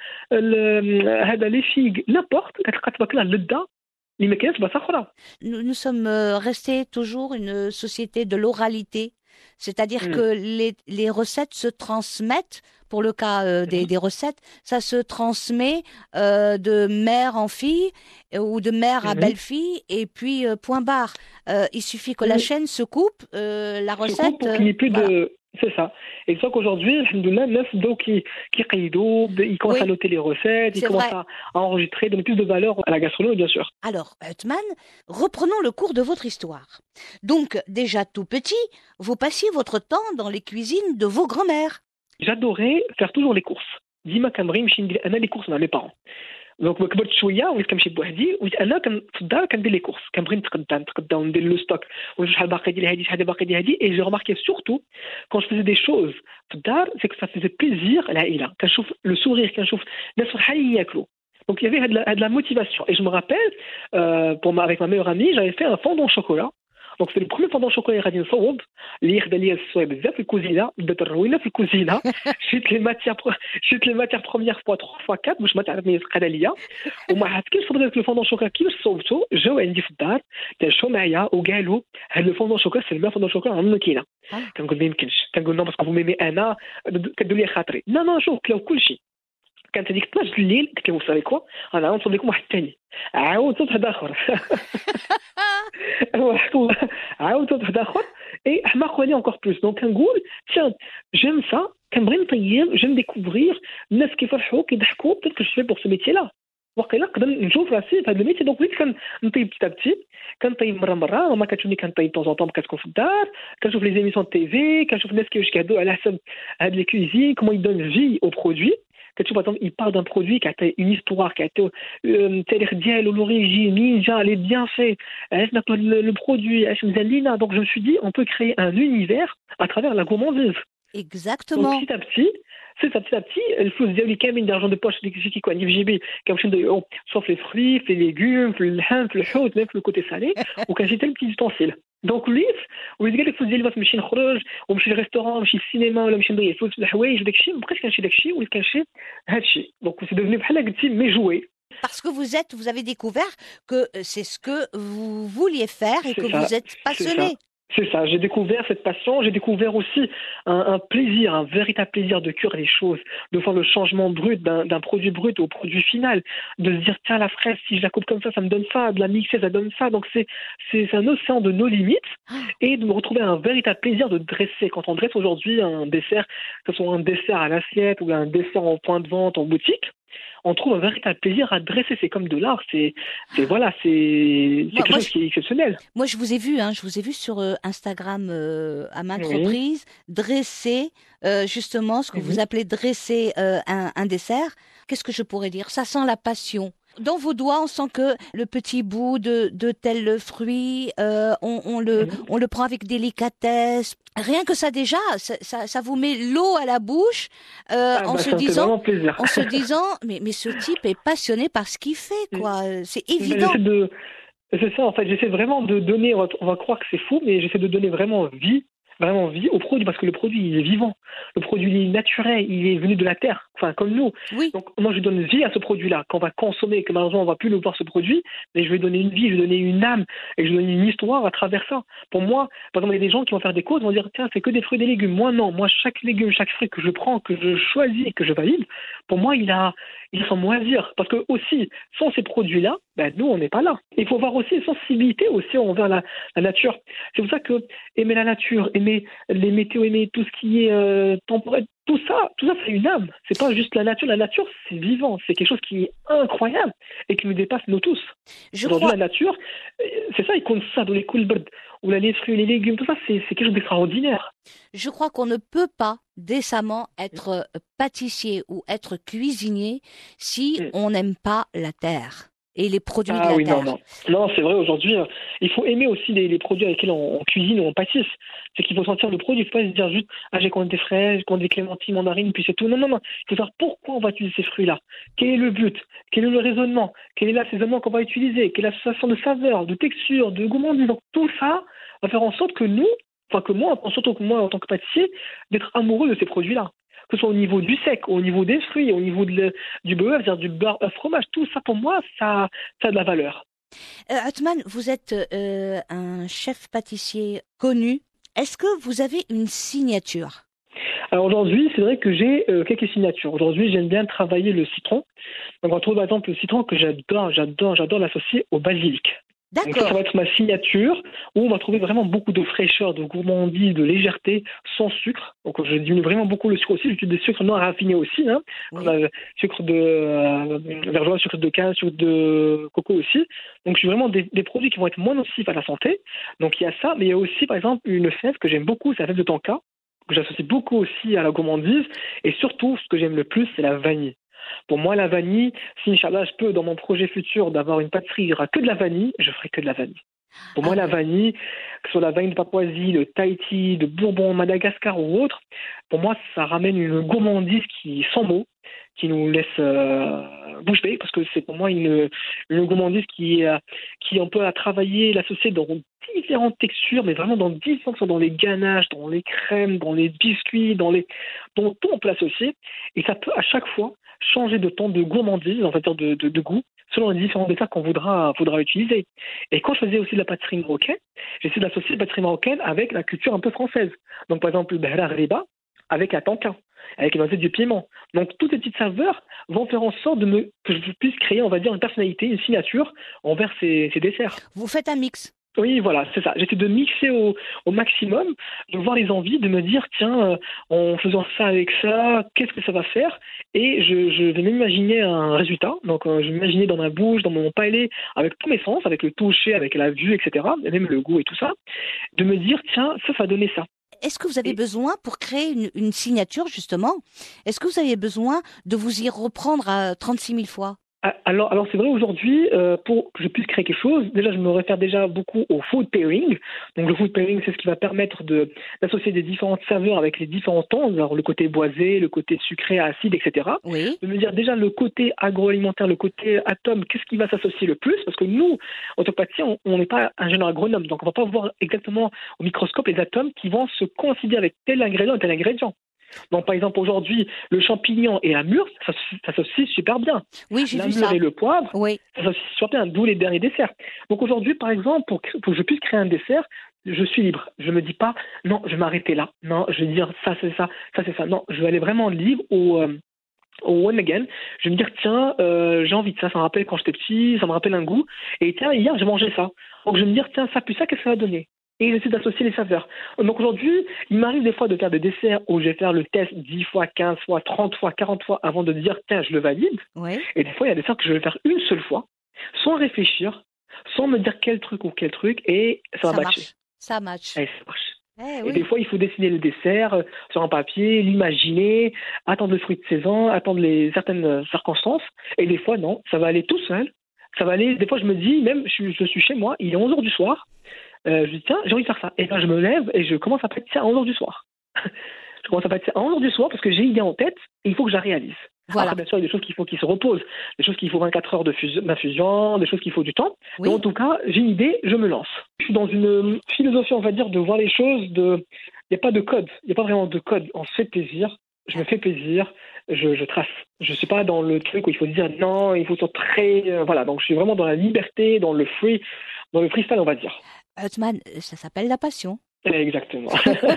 ال- هذا les figues، n'importe كتلقى تبارك الله اللذة اللي ما كايناش بلاصة أخرى. Nous, nous sommes euh, restés toujours une société de l'oralité, c'est-à-dire Mm. que les, les recettes se transmettent, pour le cas euh, des, des recettes, ça se transmet euh, de mère en fille euh, ou de mère à Mhm. belle-fille, et puis euh, point barre. Euh, il suffit que la Oui. chaîne se coupe, euh, la Se coupe recette... pour qu'il n'y ait plus euh, voilà. de... C'est ça. Et c'est ça qu'aujourd'hui, alhamdoulilah, neuf dos qui, qui قيدوا, ils commencent Oui. à noter les recettes, ils C'est commencent vrai. à, à enregistrer, donner plus de valeur à la gastronomie, bien sûr. Alors, Othman, reprenons le cours de votre histoire. Donc, déjà tout petit, vous passiez votre temps dans les cuisines de vos grands-mères. J'adorais faire toujours les courses. Dima Kamri, Mchindri, Anna, les courses, on a mes parents. دونك كبرت شويه وليت كنمشي بوحدي وليت انا كن في الدار كندير لي كورس كنبغي نتقدى نتقدى وندير لو ستوك ونشوف شحال باقي ديال هادي شحال باقي ديال هادي اي جي رماركي سورتو كون جو فيزي دي شوز في الدار سي كو سا فيزي بليزير العائله كنشوف لو سورير كنشوف الناس فرحانين ياكلوا. Donc il y avait de la, de la motivation. Et je me rappelle, euh, pour ma, avec ma meilleure amie, j'avais fait un fondant au chocolat. Donc c'est le premier fondant au chocolat غادي نصوب اللي يخدم ليا الصويب بزاف في الكوزينه بدات الروينه في الكوزينه شريت لي ماتيير شريت لي ماتيير بروميير فوا ثلاثة فوا أربعة باش ما تعرفني ثقيله ليا وما عرفت كيفاش فضلت الفondant au chocolat كيفاش صوبته جاو عندي في الدار تنشو معايا وقالوا هذا الفondant au chocolat سي المير فondant au chocolat عمرنا كاينه. كنقول ما يمكنش كنقول نو باسكو ميمي انا كدير لي خاطري لا نو شوف كلاو كلشي. كانت هذيك اثناش د الليل قلت لهم صافي كوا انا غنصوب لكم واحد الثاني عاود صوت واحد اخر عاود صوت واحد اخر اي حماق ولي انكور بلوس. دونك كنقول تيان جيم سا كنبغي نطيب جيم ديكوفرير الناس كيفرحوا كيضحكوا بيتيت كو جو في بور سو ميتي لا واقيلا نقدر نشوف راسي في هذا الميتي. دونك وليت كنطيب بتي بتي كنطيب مره مره ماما كتشوفني كنطيب طون طون كتكون في الدار كنشوف لي زيميسيون تي في كنشوف الناس كيفاش كيهضروا على حسب هاد لي كوزين كومون يدون في او برودوي. Tu vois, il parle d'un produit qui a été une histoire, qui a été euh, l'origine, ninja, les bienfaits, le, le produit, donc je me suis dit, on peut créer un univers à travers la gourmandise. Exactement. Donc petit à petit, c'est ça, petit à petit, le flou de كامل d'argent de poche qui quoi, N F G B, sauf les fruits, les légumes, le ham, le chaud, même le côté salé, ou quand j'étais le petit ustensile. دونك وليت وليت قال لك الفلوس ديالي باش نمشي نخرج ونمشي للريستورون نمشي للسينما ولا نمشي نضيع الفلوس في الحوايج وداك الشيء مابقيتش كنشري داك الشيء وليت كنشري هذا الشيء. دونك سي دوفني بحال قلتي مي جوي. Parce que vous êtes, vous avez découvert que c'est ce que vous vouliez faire et c'est que ça, vous êtes passionné. C'est ça, j'ai découvert cette passion, j'ai découvert aussi un, un plaisir, un véritable plaisir de cuire les choses, de faire le changement brut d'un, d'un produit brut au produit final, de se dire tiens la fraise si je la coupe comme ça, ça me donne ça, de la mixer ça donne ça, donc c'est, c'est, c'est un océan de nos limites et de me retrouver un véritable plaisir de dresser. Quand on dresse aujourd'hui un dessert, que ce soit un dessert à l'assiette ou un dessert en point de vente en boutique, on trouve un véritable plaisir à dresser. C'est comme de l'art. C'est, c'est voilà, c'est, c'est moi, quelque chose je, qui est exceptionnel. Moi, je vous ai vu, hein, je vous ai vu sur euh, Instagram euh, à maintes oui. reprises dresser euh, justement ce que mm-hmm. vous appelez dresser euh, un, un dessert. Qu'est-ce que je pourrais dire? Ça sent la passion. Dans vos doigts, on sent que le petit bout de, de tel fruit, euh, on, on, le, mmh. on le prend avec délicatesse. Rien que ça déjà, ça, ça, ça vous met l'eau à la bouche euh, ah, en, bah, se disant, en se disant, mais, mais ce type est passionné par ce qu'il fait, quoi. C'est évident. Bah, de... C'est ça, en fait, j'essaie vraiment de donner, on va, on va croire que c'est fou, mais j'essaie de donner vraiment vie. Vraiment vie au produit, parce que le produit il est vivant, le produit il est naturel, il est venu de la terre, enfin comme nous. Oui. Donc moi je donne vie à ce produit-là. Quand on va consommer, que malheureusement on va plus le voir ce produit, mais je vais donner une vie, je vais donner une âme et je vais donner une histoire à travers ça. Pour moi, par exemple il y a des gens qui vont faire des courses, vont dire tiens c'est que des fruits et des légumes. Moi non, moi chaque légume, chaque fruit que je prends, que je choisis et que je valide, pour moi il a il a son moisir, parce que aussi sans ces produits-là, ben nous on n'est pas là. Il faut avoir aussi une sensibilité aussi envers la, la nature. C'est pour ça que aimer la nature, aimer les météos, aimer tout ce qui est euh, temporel, tout ça, tout ça c'est une âme. C'est pas juste la nature. La nature c'est vivant, c'est quelque chose qui est incroyable et qui nous dépasse nous tous. Je Aujourd'hui crois... la nature, c'est ça, ils comptent ça dans les coulbirds ou les fruits, les légumes, tout ça c'est, c'est quelque chose d'extraordinaire. Je crois qu'on ne peut pas décemment être pâtissier ou être cuisinier si mm. on n'aime pas la terre et les produits ah, de la oui, terre. Non, non. non, c'est vrai, aujourd'hui, euh, il faut aimer aussi les, les produits avec lesquels on, on cuisine ou on pâtisse. C'est qu'il faut sentir le produit, il ne faut pas se dire juste « Ah, j'ai commandé des fraises, j'ai commandé des clémentines, mandarines, puis c'est tout ». Non, non, non. Il faut savoir pourquoi on va utiliser ces fruits-là. Quel est le but? Quel est le raisonnement? Quel est l'assaisonnement qu'on va utiliser? Quelle est l'association de saveurs, de textures, de gourmandise? Donc tout ça va faire en sorte que nous, enfin que moi, surtout que moi en tant que pâtissier, d'être amoureux de ces produits-là. Que ce soit au niveau du sec, au niveau des fruits, au niveau de le, du beurre, c'est-à-dire du beurre, œuf, fromage, tout ça pour moi, ça, ça a de la valeur. Euh, Othman, vous êtes euh, un chef pâtissier connu. Est-ce que vous avez une signature? Alors aujourd'hui, c'est vrai que j'ai euh, quelques signatures. Aujourd'hui, j'aime bien travailler le citron. Donc on va trouver par exemple le citron que j'adore, j'adore, j'adore l'associer au basilic. D'accord. Donc ça, ça va être ma signature où on va trouver vraiment beaucoup de fraîcheur, de gourmandise, de légèreté, sans sucre. Donc je diminue vraiment beaucoup le sucre aussi. J'utilise des sucres non raffinés aussi, hein. Oui. Euh, sucre de euh, vergeois, sucre de canne, sucre de coco aussi. Donc j'ai vraiment des, des produits qui vont être moins nocifs à la santé. Donc il y a ça, mais il y a aussi par exemple une fève que j'aime beaucoup, c'est la fève de tonka, que j'associe beaucoup aussi à la gourmandise. Et surtout, ce que j'aime le plus, c'est la vanille. Pour moi, la vanille, si Inch'Allah, je peux, dans mon projet futur, d'avoir une pâtisserie, il y aura que de la vanille, je ferai que de la vanille. Pour moi, Ah la oui. vanille, que ce soit la vanille de Papouasie, le Tahiti, de Bourbon, Madagascar ou autre, pour moi, ça ramène une gourmandise qui sans mots, qui nous laisse euh, bouche bée, parce que c'est pour moi une, une gourmandise qui, euh, qui on peut la travailler, l'associer dans différentes textures, mais vraiment dans différentes, que ce soit dans les ganaches, dans les crèmes, dans les biscuits, dans les, dans tout on peut l'associer, et ça peut à chaque fois changer de temps de gourmandise, on va dire de, de, de goût, selon les différents desserts qu'on voudra, voudra utiliser. Et quand je faisais aussi de la pâtisserie marocaine, j'essaie d'associer la pâtisserie marocaine avec la culture un peu française. Donc par exemple, le behra riba avec la tanka, avec les noisettes du piment. Donc toutes ces petites saveurs vont faire en sorte de me, que je puisse créer, on va dire, une personnalité, une signature envers ces, ces desserts. Vous faites un mix. Oui, voilà, c'est ça. J'essaie de mixer au, au maximum, de voir les envies, de me dire, tiens, euh, en faisant ça avec ça, qu'est-ce que ça va faire? Et je, je vais m'imaginer un résultat. Donc, euh, je vais m'imaginer dans ma bouche, dans mon palais, avec tous mes sens, avec le toucher, avec la vue, et cetera, et même le goût et tout ça, de me dire, tiens, ça, ça va donner ça. Est-ce que vous avez Et besoin, pour créer une, une signature, justement, est-ce que vous avez besoin de vous y reprendre à trente-six mille fois? a- alors, alors c'est vrai aujourd'hui, euh, pour que je puisse créer quelque chose, déjà je me réfère déjà beaucoup au food pairing. Donc le food pairing, c'est ce qui va permettre de d'associer des différentes saveurs avec les différents temps, alors le côté boisé, le côté sucré, acide, et cetera. Oui. De me dire déjà le côté agroalimentaire, le côté atome, qu'est-ce qui va s'associer le plus? Parce que nous, en pâtissier, on on n'est pas ingénieur agronome, donc on va pas voir exactement au microscope les atomes qui vont se coïncider avec tel ingrédient et tel ingrédient. Donc, par exemple, aujourd'hui, le champignon et la mûre, ça ça s'associe super bien. Oui, j'ai La vu mûre ça. et le poivre, Oui. ça s'associe super bien, d'où les derniers desserts. Donc, aujourd'hui, par exemple, pour, cré- pour que je puisse créer un dessert, je suis libre. Je me dis pas, non, je vais m'arrêter là. Non, je vais dire ça, c'est ça, ça, c'est ça. Non, je vais aller vraiment libre au, euh, au one again. Je vais me dire, tiens, euh, j'ai envie de ça. Ça me rappelle quand j'étais petit, ça me rappelle un goût. Et tiens, hier, j'ai mangé ça. Donc, je vais me dire, tiens, ça, plus ça, qu'est-ce que ça va donner? Et j'essaie d'associer les saveurs. Donc aujourd'hui, il m'arrive des fois de faire des desserts où je vais faire le test dix fois, quinze fois, trente fois, quarante fois avant de dire, tiens, je le valide. Oui. Et des fois, il y a des desserts que je vais faire une seule fois, sans réfléchir, sans me dire quel truc ou quel truc, et ça va Ça matcher. marche. Ça match. Et ça marche. Eh Et des oui. fois, il faut dessiner le dessert euh, sur un papier, l'imaginer, attendre le fruit de saison, attendre les certaines euh, circonstances. Et des fois, non, ça va aller tout seul. Ça va aller. Des fois, je me dis, même, je, suis- je suis chez moi, il est onze heures du soir. Euh, je dis, tiens, j'ai envie de faire ça. Et ben, je me lève et je commence à pâtisser à onze heures du soir. Je commence à pâtisser à onze heures du soir parce que j'ai une idée en tête et il faut que je la réalise. Voilà. Après, bien sûr, il y a des choses qu'il faut qu'ils se reposent, des choses qu'il faut vingt-quatre heures de fusion- d'infusion, des choses qu'il faut du temps. Oui. Mais en tout cas, j'ai une idée, je me lance. Je suis dans une philosophie, on va dire, de voir les choses, de... il n'y a pas de code, il n'y a pas vraiment de code. On se fait plaisir, je me fais plaisir, je, je trace. Je ne suis pas dans le truc où il faut dire non, il faut être très... euh, voilà, donc je suis vraiment dans la liberté, dans le free, dans le freestyle, on va dire. Othman, ça s'appelle la passion. Exactement.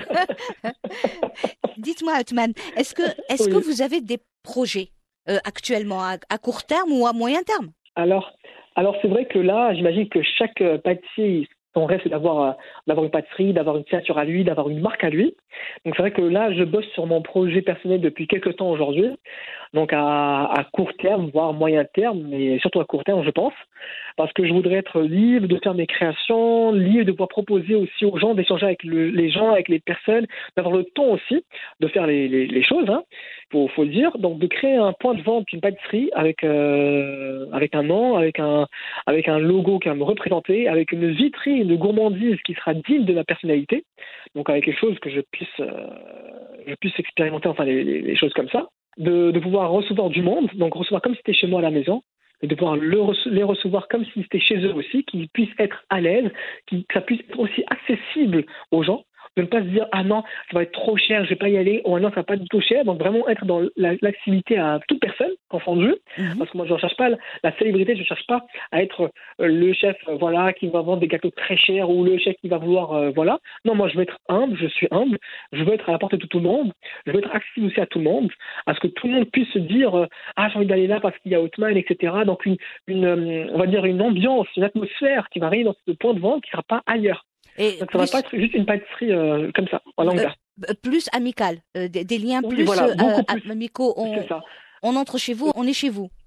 Dites-moi, Othman, est-ce que, est-ce que Oui. vous avez des projets euh, actuellement à, à court terme ou à moyen terme? Alors, alors c'est vrai que là, j'imagine que chaque euh, pâtissier, son rêve, c'est d'avoir, euh, d'avoir une pâtisserie, d'avoir une signature à lui, d'avoir une marque à lui. Donc c'est vrai que là, je bosse sur mon projet personnel depuis quelques temps aujourd'hui. Donc à, à court terme, voire moyen terme, mais surtout à court terme, je pense. Parce que je voudrais être libre de faire mes créations, libre de pouvoir proposer aussi aux gens, d'échanger avec le- les gens, avec les personnes, d'avoir le temps aussi de faire les, les, les choses, hein, faut, faut le dire. Donc de créer un point de vente, une pâtisserie avec, euh, avec un nom, avec un, avec un logo qui va me représenter, avec une vitrine de gourmandise qui sera digne de ma personnalité. Donc avec quelque chose que je puisse, euh, je puisse expérimenter, enfin les, les, les choses comme ça. De, de pouvoir recevoir du monde, donc recevoir comme si c'était chez moi à la maison, et de pouvoir le rece- les recevoir comme si c'était chez eux aussi, qu'ils puissent être à l'aise, qu'ils- que ça puisse être aussi accessible aux gens, de ne pas se dire ah non, ça va être trop cher, je vais pas y aller, ou ah non, ça va pas du tout cher, donc vraiment être dans la- l'accessibilité à toute personne, confondu, Mhm. parce que moi je ne cherche pas la, la célébrité, je ne cherche pas à être euh, le chef euh, voilà, qui va vendre des gâteaux très chers, ou le chef qui va vouloir, euh, voilà, non, moi je veux être humble, je suis humble, je veux être à la portée de tout le monde, je veux être accessible aussi à tout le monde, à ce que tout le monde puisse se dire euh, ah j'ai envie d'aller là parce qu'il y a Othman, et cetera. Donc une, une euh, on va dire une ambiance, une atmosphère qui va arriver dans ce point de vente qui ne sera pas ailleurs. Et Donc ça ne va plus, pas être juste une pâtisserie euh, comme ça, en langue euh, d'art. euh, plus amical, euh, des, des liens Oui, plus voilà, euh, beaucoup euh, plus. amicaux. On, C'est ça. on entre chez vous, on est chez vous.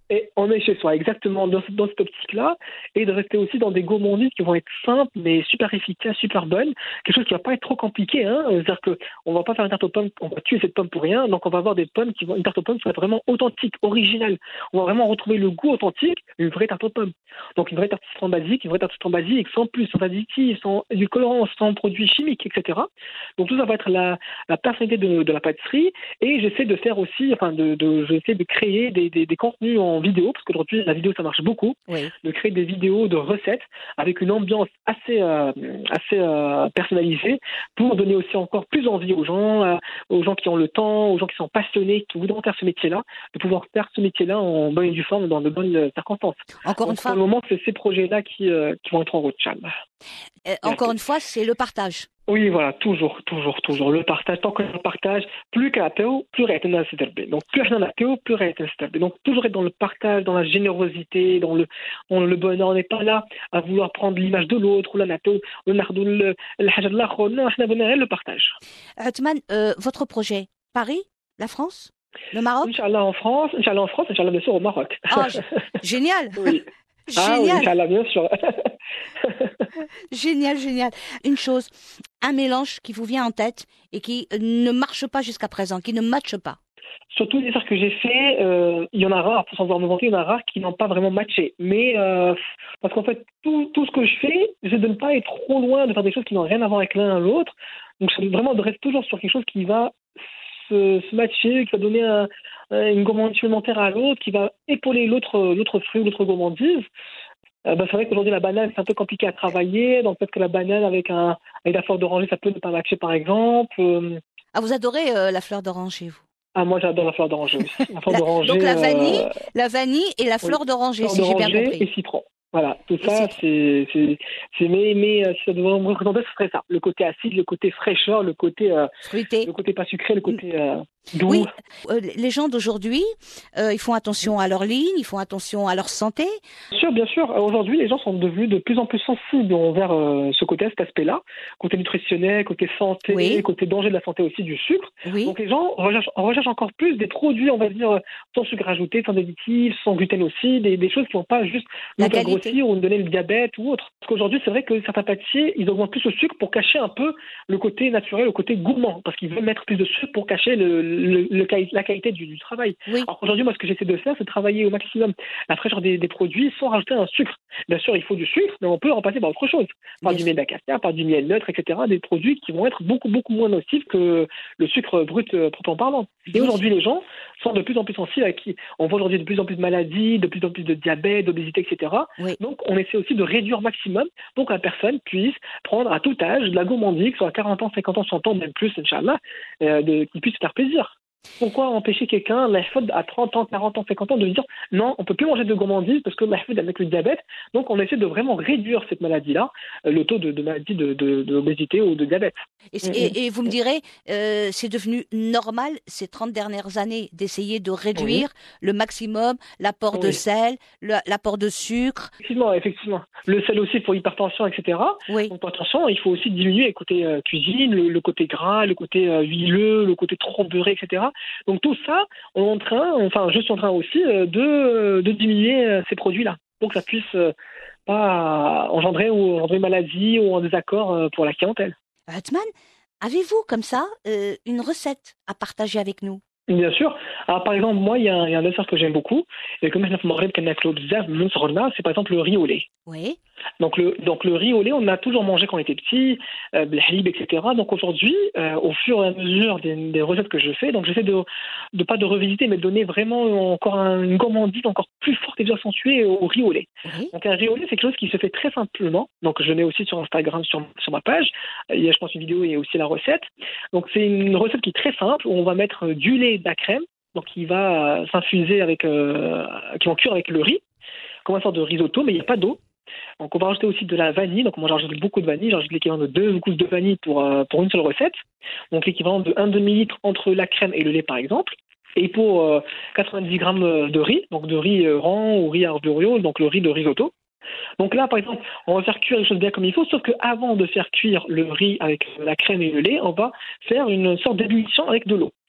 Et on est chez soi, exactement dans, dans cette optique-là, et de rester aussi dans des gourmandises qui vont être simples, mais super efficaces, super bonnes, quelque chose qui va pas être trop compliqué, hein. C'est-à-dire que on va pas faire une tarte aux pommes, on va tuer cette pomme pour rien, donc on va avoir des pommes qui vont, une tarte aux pommes qui va être vraiment authentique, originale. On va vraiment retrouver le goût authentique, une vraie tarte aux pommes. Donc une vraie tarte citron basique, une vraie tarte citron basique, sans plus, sans additifs, sans édulcorants, sans produits chimiques, et cetera. Donc tout ça va être la, la personnalité de, de la pâtisserie, et j'essaie de faire aussi, enfin de, de j'essaie de créer des, des, des contenus en vidéo, parce qu'aujourd'hui la vidéo ça marche beaucoup, Oui. de créer des vidéos de recettes avec une ambiance assez euh, assez euh, personnalisée pour donner aussi encore plus envie aux gens, euh, aux gens qui ont le temps, aux gens qui sont passionnés, qui voudront faire ce métier-là, de pouvoir faire ce métier-là en bonne et due forme dans de bonnes circonstances. Encore Donc, une fois, pour le moment, c'est ces projets-là qui, euh, qui vont être en route, Inch'Allah. euh, encore une fois, c'est le partage. Oui, voilà, toujours, toujours, toujours. Le partage, tant qu'on partage, plus qu'à Théo, plus rien n'a se terminer. Donc, plus rien n'a Théo, plus rien n'a se terminer. Donc, toujours être dans le partage, dans la générosité, dans le, dans le bonheur. On n'est pas là à vouloir prendre l'image de l'autre, ou la Théo, ou le Nardou, le Hajj de l'Akhon. Non, le partage. Othman, euh, votre projet, Paris, la France, le Maroc? Inch'Allah en France, Inch'Allah en France, Inch'Allah bien sûr au Maroc. Ah, g- génial! Oui. Ah oui, Génial! Inch'Allah bien sûr. Génial, génial. Une chose, un mélange qui vous vient en tête et qui euh, ne marche pas jusqu'à présent, qui ne matche pas. Sur tous les desserts que j'ai faits, euh, il y en a rares, sans vouloir me vanter, il y en a rares qui n'ont pas vraiment matché. Mais euh, parce qu'en fait, tout, tout ce que je fais, je de ne pas être trop loin de faire des choses qui n'ont rien à voir avec l'un à l'autre. Donc c'est vraiment de rester toujours sur quelque chose qui va se, se matcher, qui va donner un, une gourmandise supplémentaire à l'autre, qui va épauler l'autre, l'autre fruit ou l'autre gourmandise. Euh, ben, c'est vrai qu'aujourd'hui la banane c'est un peu compliqué à travailler, donc peut-être que la banane avec un avec la fleur d'oranger ça peut ne pas matcher par exemple. Euh, Ah, vous adorez euh, la fleur d'orange chez vous. ah moi j'adore la fleur d'oranger aussi. La fleur La- d'oranger. donc la vanille, euh, la vanille et la oui. fleur d'oranger, Fleur si j'ai bien d'oranger compris. et citron. Voilà, tout Et ça citron. c'est c'est c'est mais mais euh, si ça devait me représenter ce serait ça, le côté acide, le côté fraîcheur, le côté euh, Fruité. le côté pas sucré, le côté euh, doux. Oui, euh, les gens d'aujourd'hui, euh, ils font attention à leur ligne, ils font attention à leur santé. Bien sûr, bien sûr. Aujourd'hui, les gens sont devenus de plus en plus sensibles envers euh, ce côté, cet aspect-là, côté nutritionnel, côté santé, Oui. côté danger de la santé aussi du sucre. Oui, Donc les gens recherchent, recherchent encore plus des produits, on va dire, sans sucre ajouté, sans additifs, sans gluten aussi, des, des choses qui vont pas juste la nous faire qualité. grossir ou nous donner le diabète ou autre. Parce qu'aujourd'hui, c'est vrai que certains pâtissiers, ils augmentent plus le sucre pour cacher un peu le côté naturel, le côté gourmand, parce qu'ils veulent mettre plus de sucre pour cacher le, le, le, la qualité du, du travail. Oui, Alors qu'aujourd'hui, moi, ce que j'essaie de faire, c'est de travailler au maximum la fraîcheur des, des produits sans rajouter un sucre. Bien sûr, il faut du sucre, mais on peut le remplacer par autre chose. Par Bien du sûr. miel d'acacia, par du miel neutre, et cetera. Des produits qui vont être beaucoup, beaucoup moins nocifs que le sucre brut, euh, proprement parlant. Et Bien aujourd'hui, les gens sont de plus en plus sensibles à qui on voit aujourd'hui de plus en plus de maladies, de plus en plus de diabète, d'obésité, et cetera. oui. Donc, on essaie aussi de réduire au maximum pour que la personne puisse prendre à tout âge de la gourmandise, soit à quarante ans, cinquante ans, cent ans, même plus, Inch'Allah, euh, de, qu'il puisse se faire plaisir. Pourquoi empêcher quelqu'un, Mahfoud, à trente ans, quarante ans, cinquante ans, de dire non, on ne peut plus manger de gourmandise parce que Mahfoud avec le diabète. Donc, on essaie de vraiment réduire cette maladie-là, euh, le taux de, de maladie de, de, d'obésité ou de diabète. Et, Mhm. et- et vous me direz, euh, c'est devenu normal ces trente dernières années d'essayer de réduire le maximum l'apport de Oui. sel, le- l'apport de sucre. Effectivement, effectivement. Le sel aussi pour l'hypertension, et cetera. Oui, Donc, attention, il faut aussi diminuer le côté euh, cuisine, le, le côté gras, le côté euh, huileux, le côté trop beurré, et cetera. Donc, tout ça, on est en train, enfin, je suis en train aussi euh, de, de diminuer euh, ces produits-là pour que ça puisse euh, pas engendrer ou engendrer maladie ou un désaccord euh, pour la clientèle. Othman, avez-vous comme ça euh, une recette à partager avec nous? Bien sûr. Alors, par exemple, moi, il y, a un- il y a un dessert que j'aime beaucoup, et comme je l'ai c'est par exemple le riz au lait. Oui, Donc le, donc le riz au lait, on a toujours mangé quand on était petit, euh, le halib, et cetera. Donc aujourd'hui, euh, au fur et à mesure des, des recettes que je fais, donc j'essaie de, de pas de revisiter, mais de donner vraiment encore un- une gourmandise encore plus forte et plus accentuée au riz au lait. oui, Donc un riz au lait, c'est quelque chose qui se fait très simplement. Donc je le mets aussi sur Instagram, sur, sur ma page. Il y a, je pense, une vidéo et aussi la recette. Donc c'est une recette qui est très simple, où on va mettre du lait et de la crème, donc qui va euh, s'infuser avec, euh, qui vont cuire avec le riz, comme une sorte de risotto, mais il n'y a pas d'eau. Donc on va rajouter aussi de la vanille, donc moi j'ajoute beaucoup de vanille, j'ajoute l'équivalent de deux gousses de vanille pour, euh, pour une seule recette, donc l'équivalent de un demi-litre entre la crème et le lait par exemple, et pour euh, quatre-vingt-dix grammes de riz, donc de riz euh, rang ou riz arborio, donc le riz de risotto. Donc là par exemple, on va faire cuire les choses bien comme il faut, sauf qu'avant de faire cuire le riz avec la crème et le lait, on va faire une sorte d'ébullition avec de l'eau.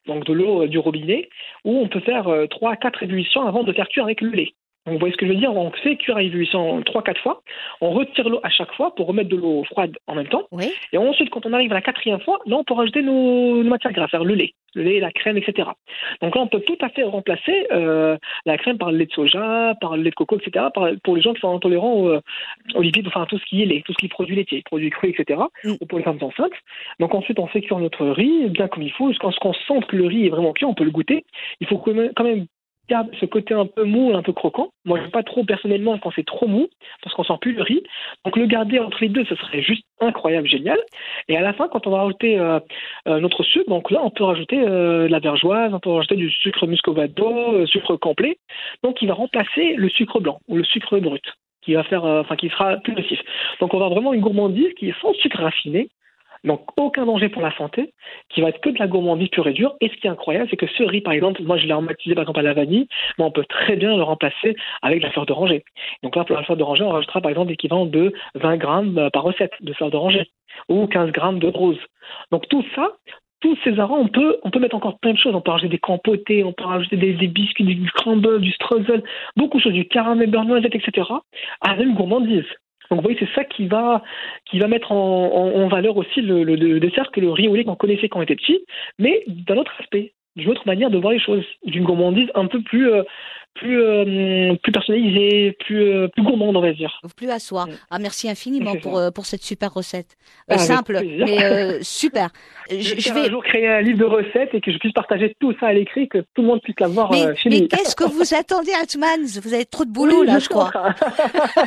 donc de l'eau euh, du robinet, où on peut faire euh, trois à quatre ébullitions avant de faire cuire avec le lait. Donc, vous voyez ce que je veux dire? On fait cuire à ébullition trois quatre fois, on retire l'eau à chaque fois pour remettre de l'eau froide en même temps. Oui. Et ensuite, quand on arrive à la quatrième fois, là, on peut rajouter nos, nos matières grasses, le lait, le lait, la crème, et cetera. Donc là, on peut tout à fait remplacer euh, la crème par le lait de soja, par le lait de coco, et cetera, par, pour les gens qui sont intolérants aux, euh, aux lipides, enfin tout ce qui est lait, tout ce qui est produits laitiers, produits crus, et cetera, mm. ou pour les femmes enceintes. Donc ensuite, on fait cuire notre riz bien comme il faut. Quand on sente que le riz est vraiment cuit, on peut le goûter. Il faut quand même, quand même garde ce côté un peu mou, un peu croquant. Moi, j'aime pas trop personnellement quand c'est trop mou, parce qu'on sent plus le riz. Donc, le garder entre les deux, ce serait juste incroyable, génial. Et à la fin, quand on va rajouter euh, euh, notre sucre, donc là, on peut rajouter euh, de la vergeoise, on peut rajouter du sucre muscovado, euh, sucre complet, donc qui va remplacer le sucre blanc ou le sucre brut, qui va faire, euh, enfin, qui sera plus nocif. Donc, on va vraiment une gourmandise qui est sans sucre raffiné. Donc, aucun danger pour la santé, qui va être que de la gourmandise pure et dure. Et ce qui est incroyable, c'est que ce riz, par exemple, moi, je l'ai aromatisé, par exemple, à la vanille, mais on peut très bien le remplacer avec de la fleur d'oranger. Donc là, pour la fleur d'oranger, on rajoutera, par exemple, l'équivalent de vingt grammes par recette de fleur d'oranger, ou quinze grammes de rose. Donc, tout ça, tous ces aromates, on peut, on peut mettre encore plein de choses. On peut rajouter des compotés, on peut rajouter des, des biscuits, du crumble, du streusel, beaucoup de choses, du caramel beurre noisette, et cetera, à une gourmandise. Donc, vous voyez, c'est ça qui va, qui va mettre en, en, en valeur aussi le, le, le dessert que le riz au lait qu'on connaissait quand on était petit, mais d'un autre aspect, d'une autre manière de voir les choses, d'une gourmandise un peu plus, euh, plus, euh, plus personnalisée, plus, euh, plus gourmande, on va dire. Plus à soi. Ah, merci infiniment C'est pour, ça. euh, pour cette super recette. Euh, Ah, simple, plaisir. mais euh, super. Je, Je, je vais vais. un jour créer un livre de recettes et que je puisse partager tout ça à l'écrit, que tout le monde puisse l'avoir Mais, euh, chez mais lui. qu'est-ce que vous attendez, Atoumane? Vous avez trop de boulot, Oui, là, je je suis en crois. train.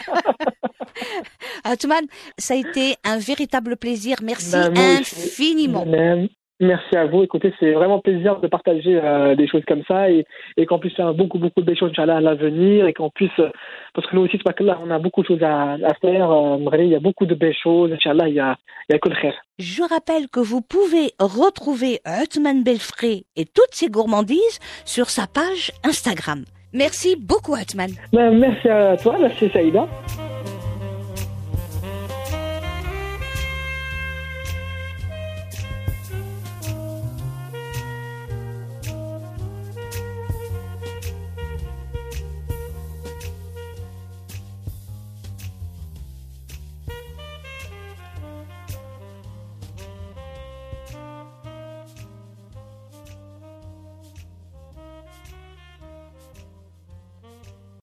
Atoumane, ça a été un véritable plaisir. Merci Ben, moi aussi. infiniment. De même. Merci à vous. Écoutez, c'est vraiment plaisir de partager euh, des choses comme ça et, et qu'on puisse faire beaucoup, beaucoup de belles choses, Inch'Allah, à l'avenir et qu'on puisse, euh, parce que nous aussi, c'est pas que là, on a beaucoup de choses à, à faire. Euh, il y a beaucoup de belles choses. Inch'Allah, il y a, il y a que le khair. Je rappelle que vous pouvez retrouver Atoumane Belfré et toutes ses gourmandises sur sa page Instagram. Merci beaucoup, Atoumane. Ben, merci à toi. Merci, Saïda.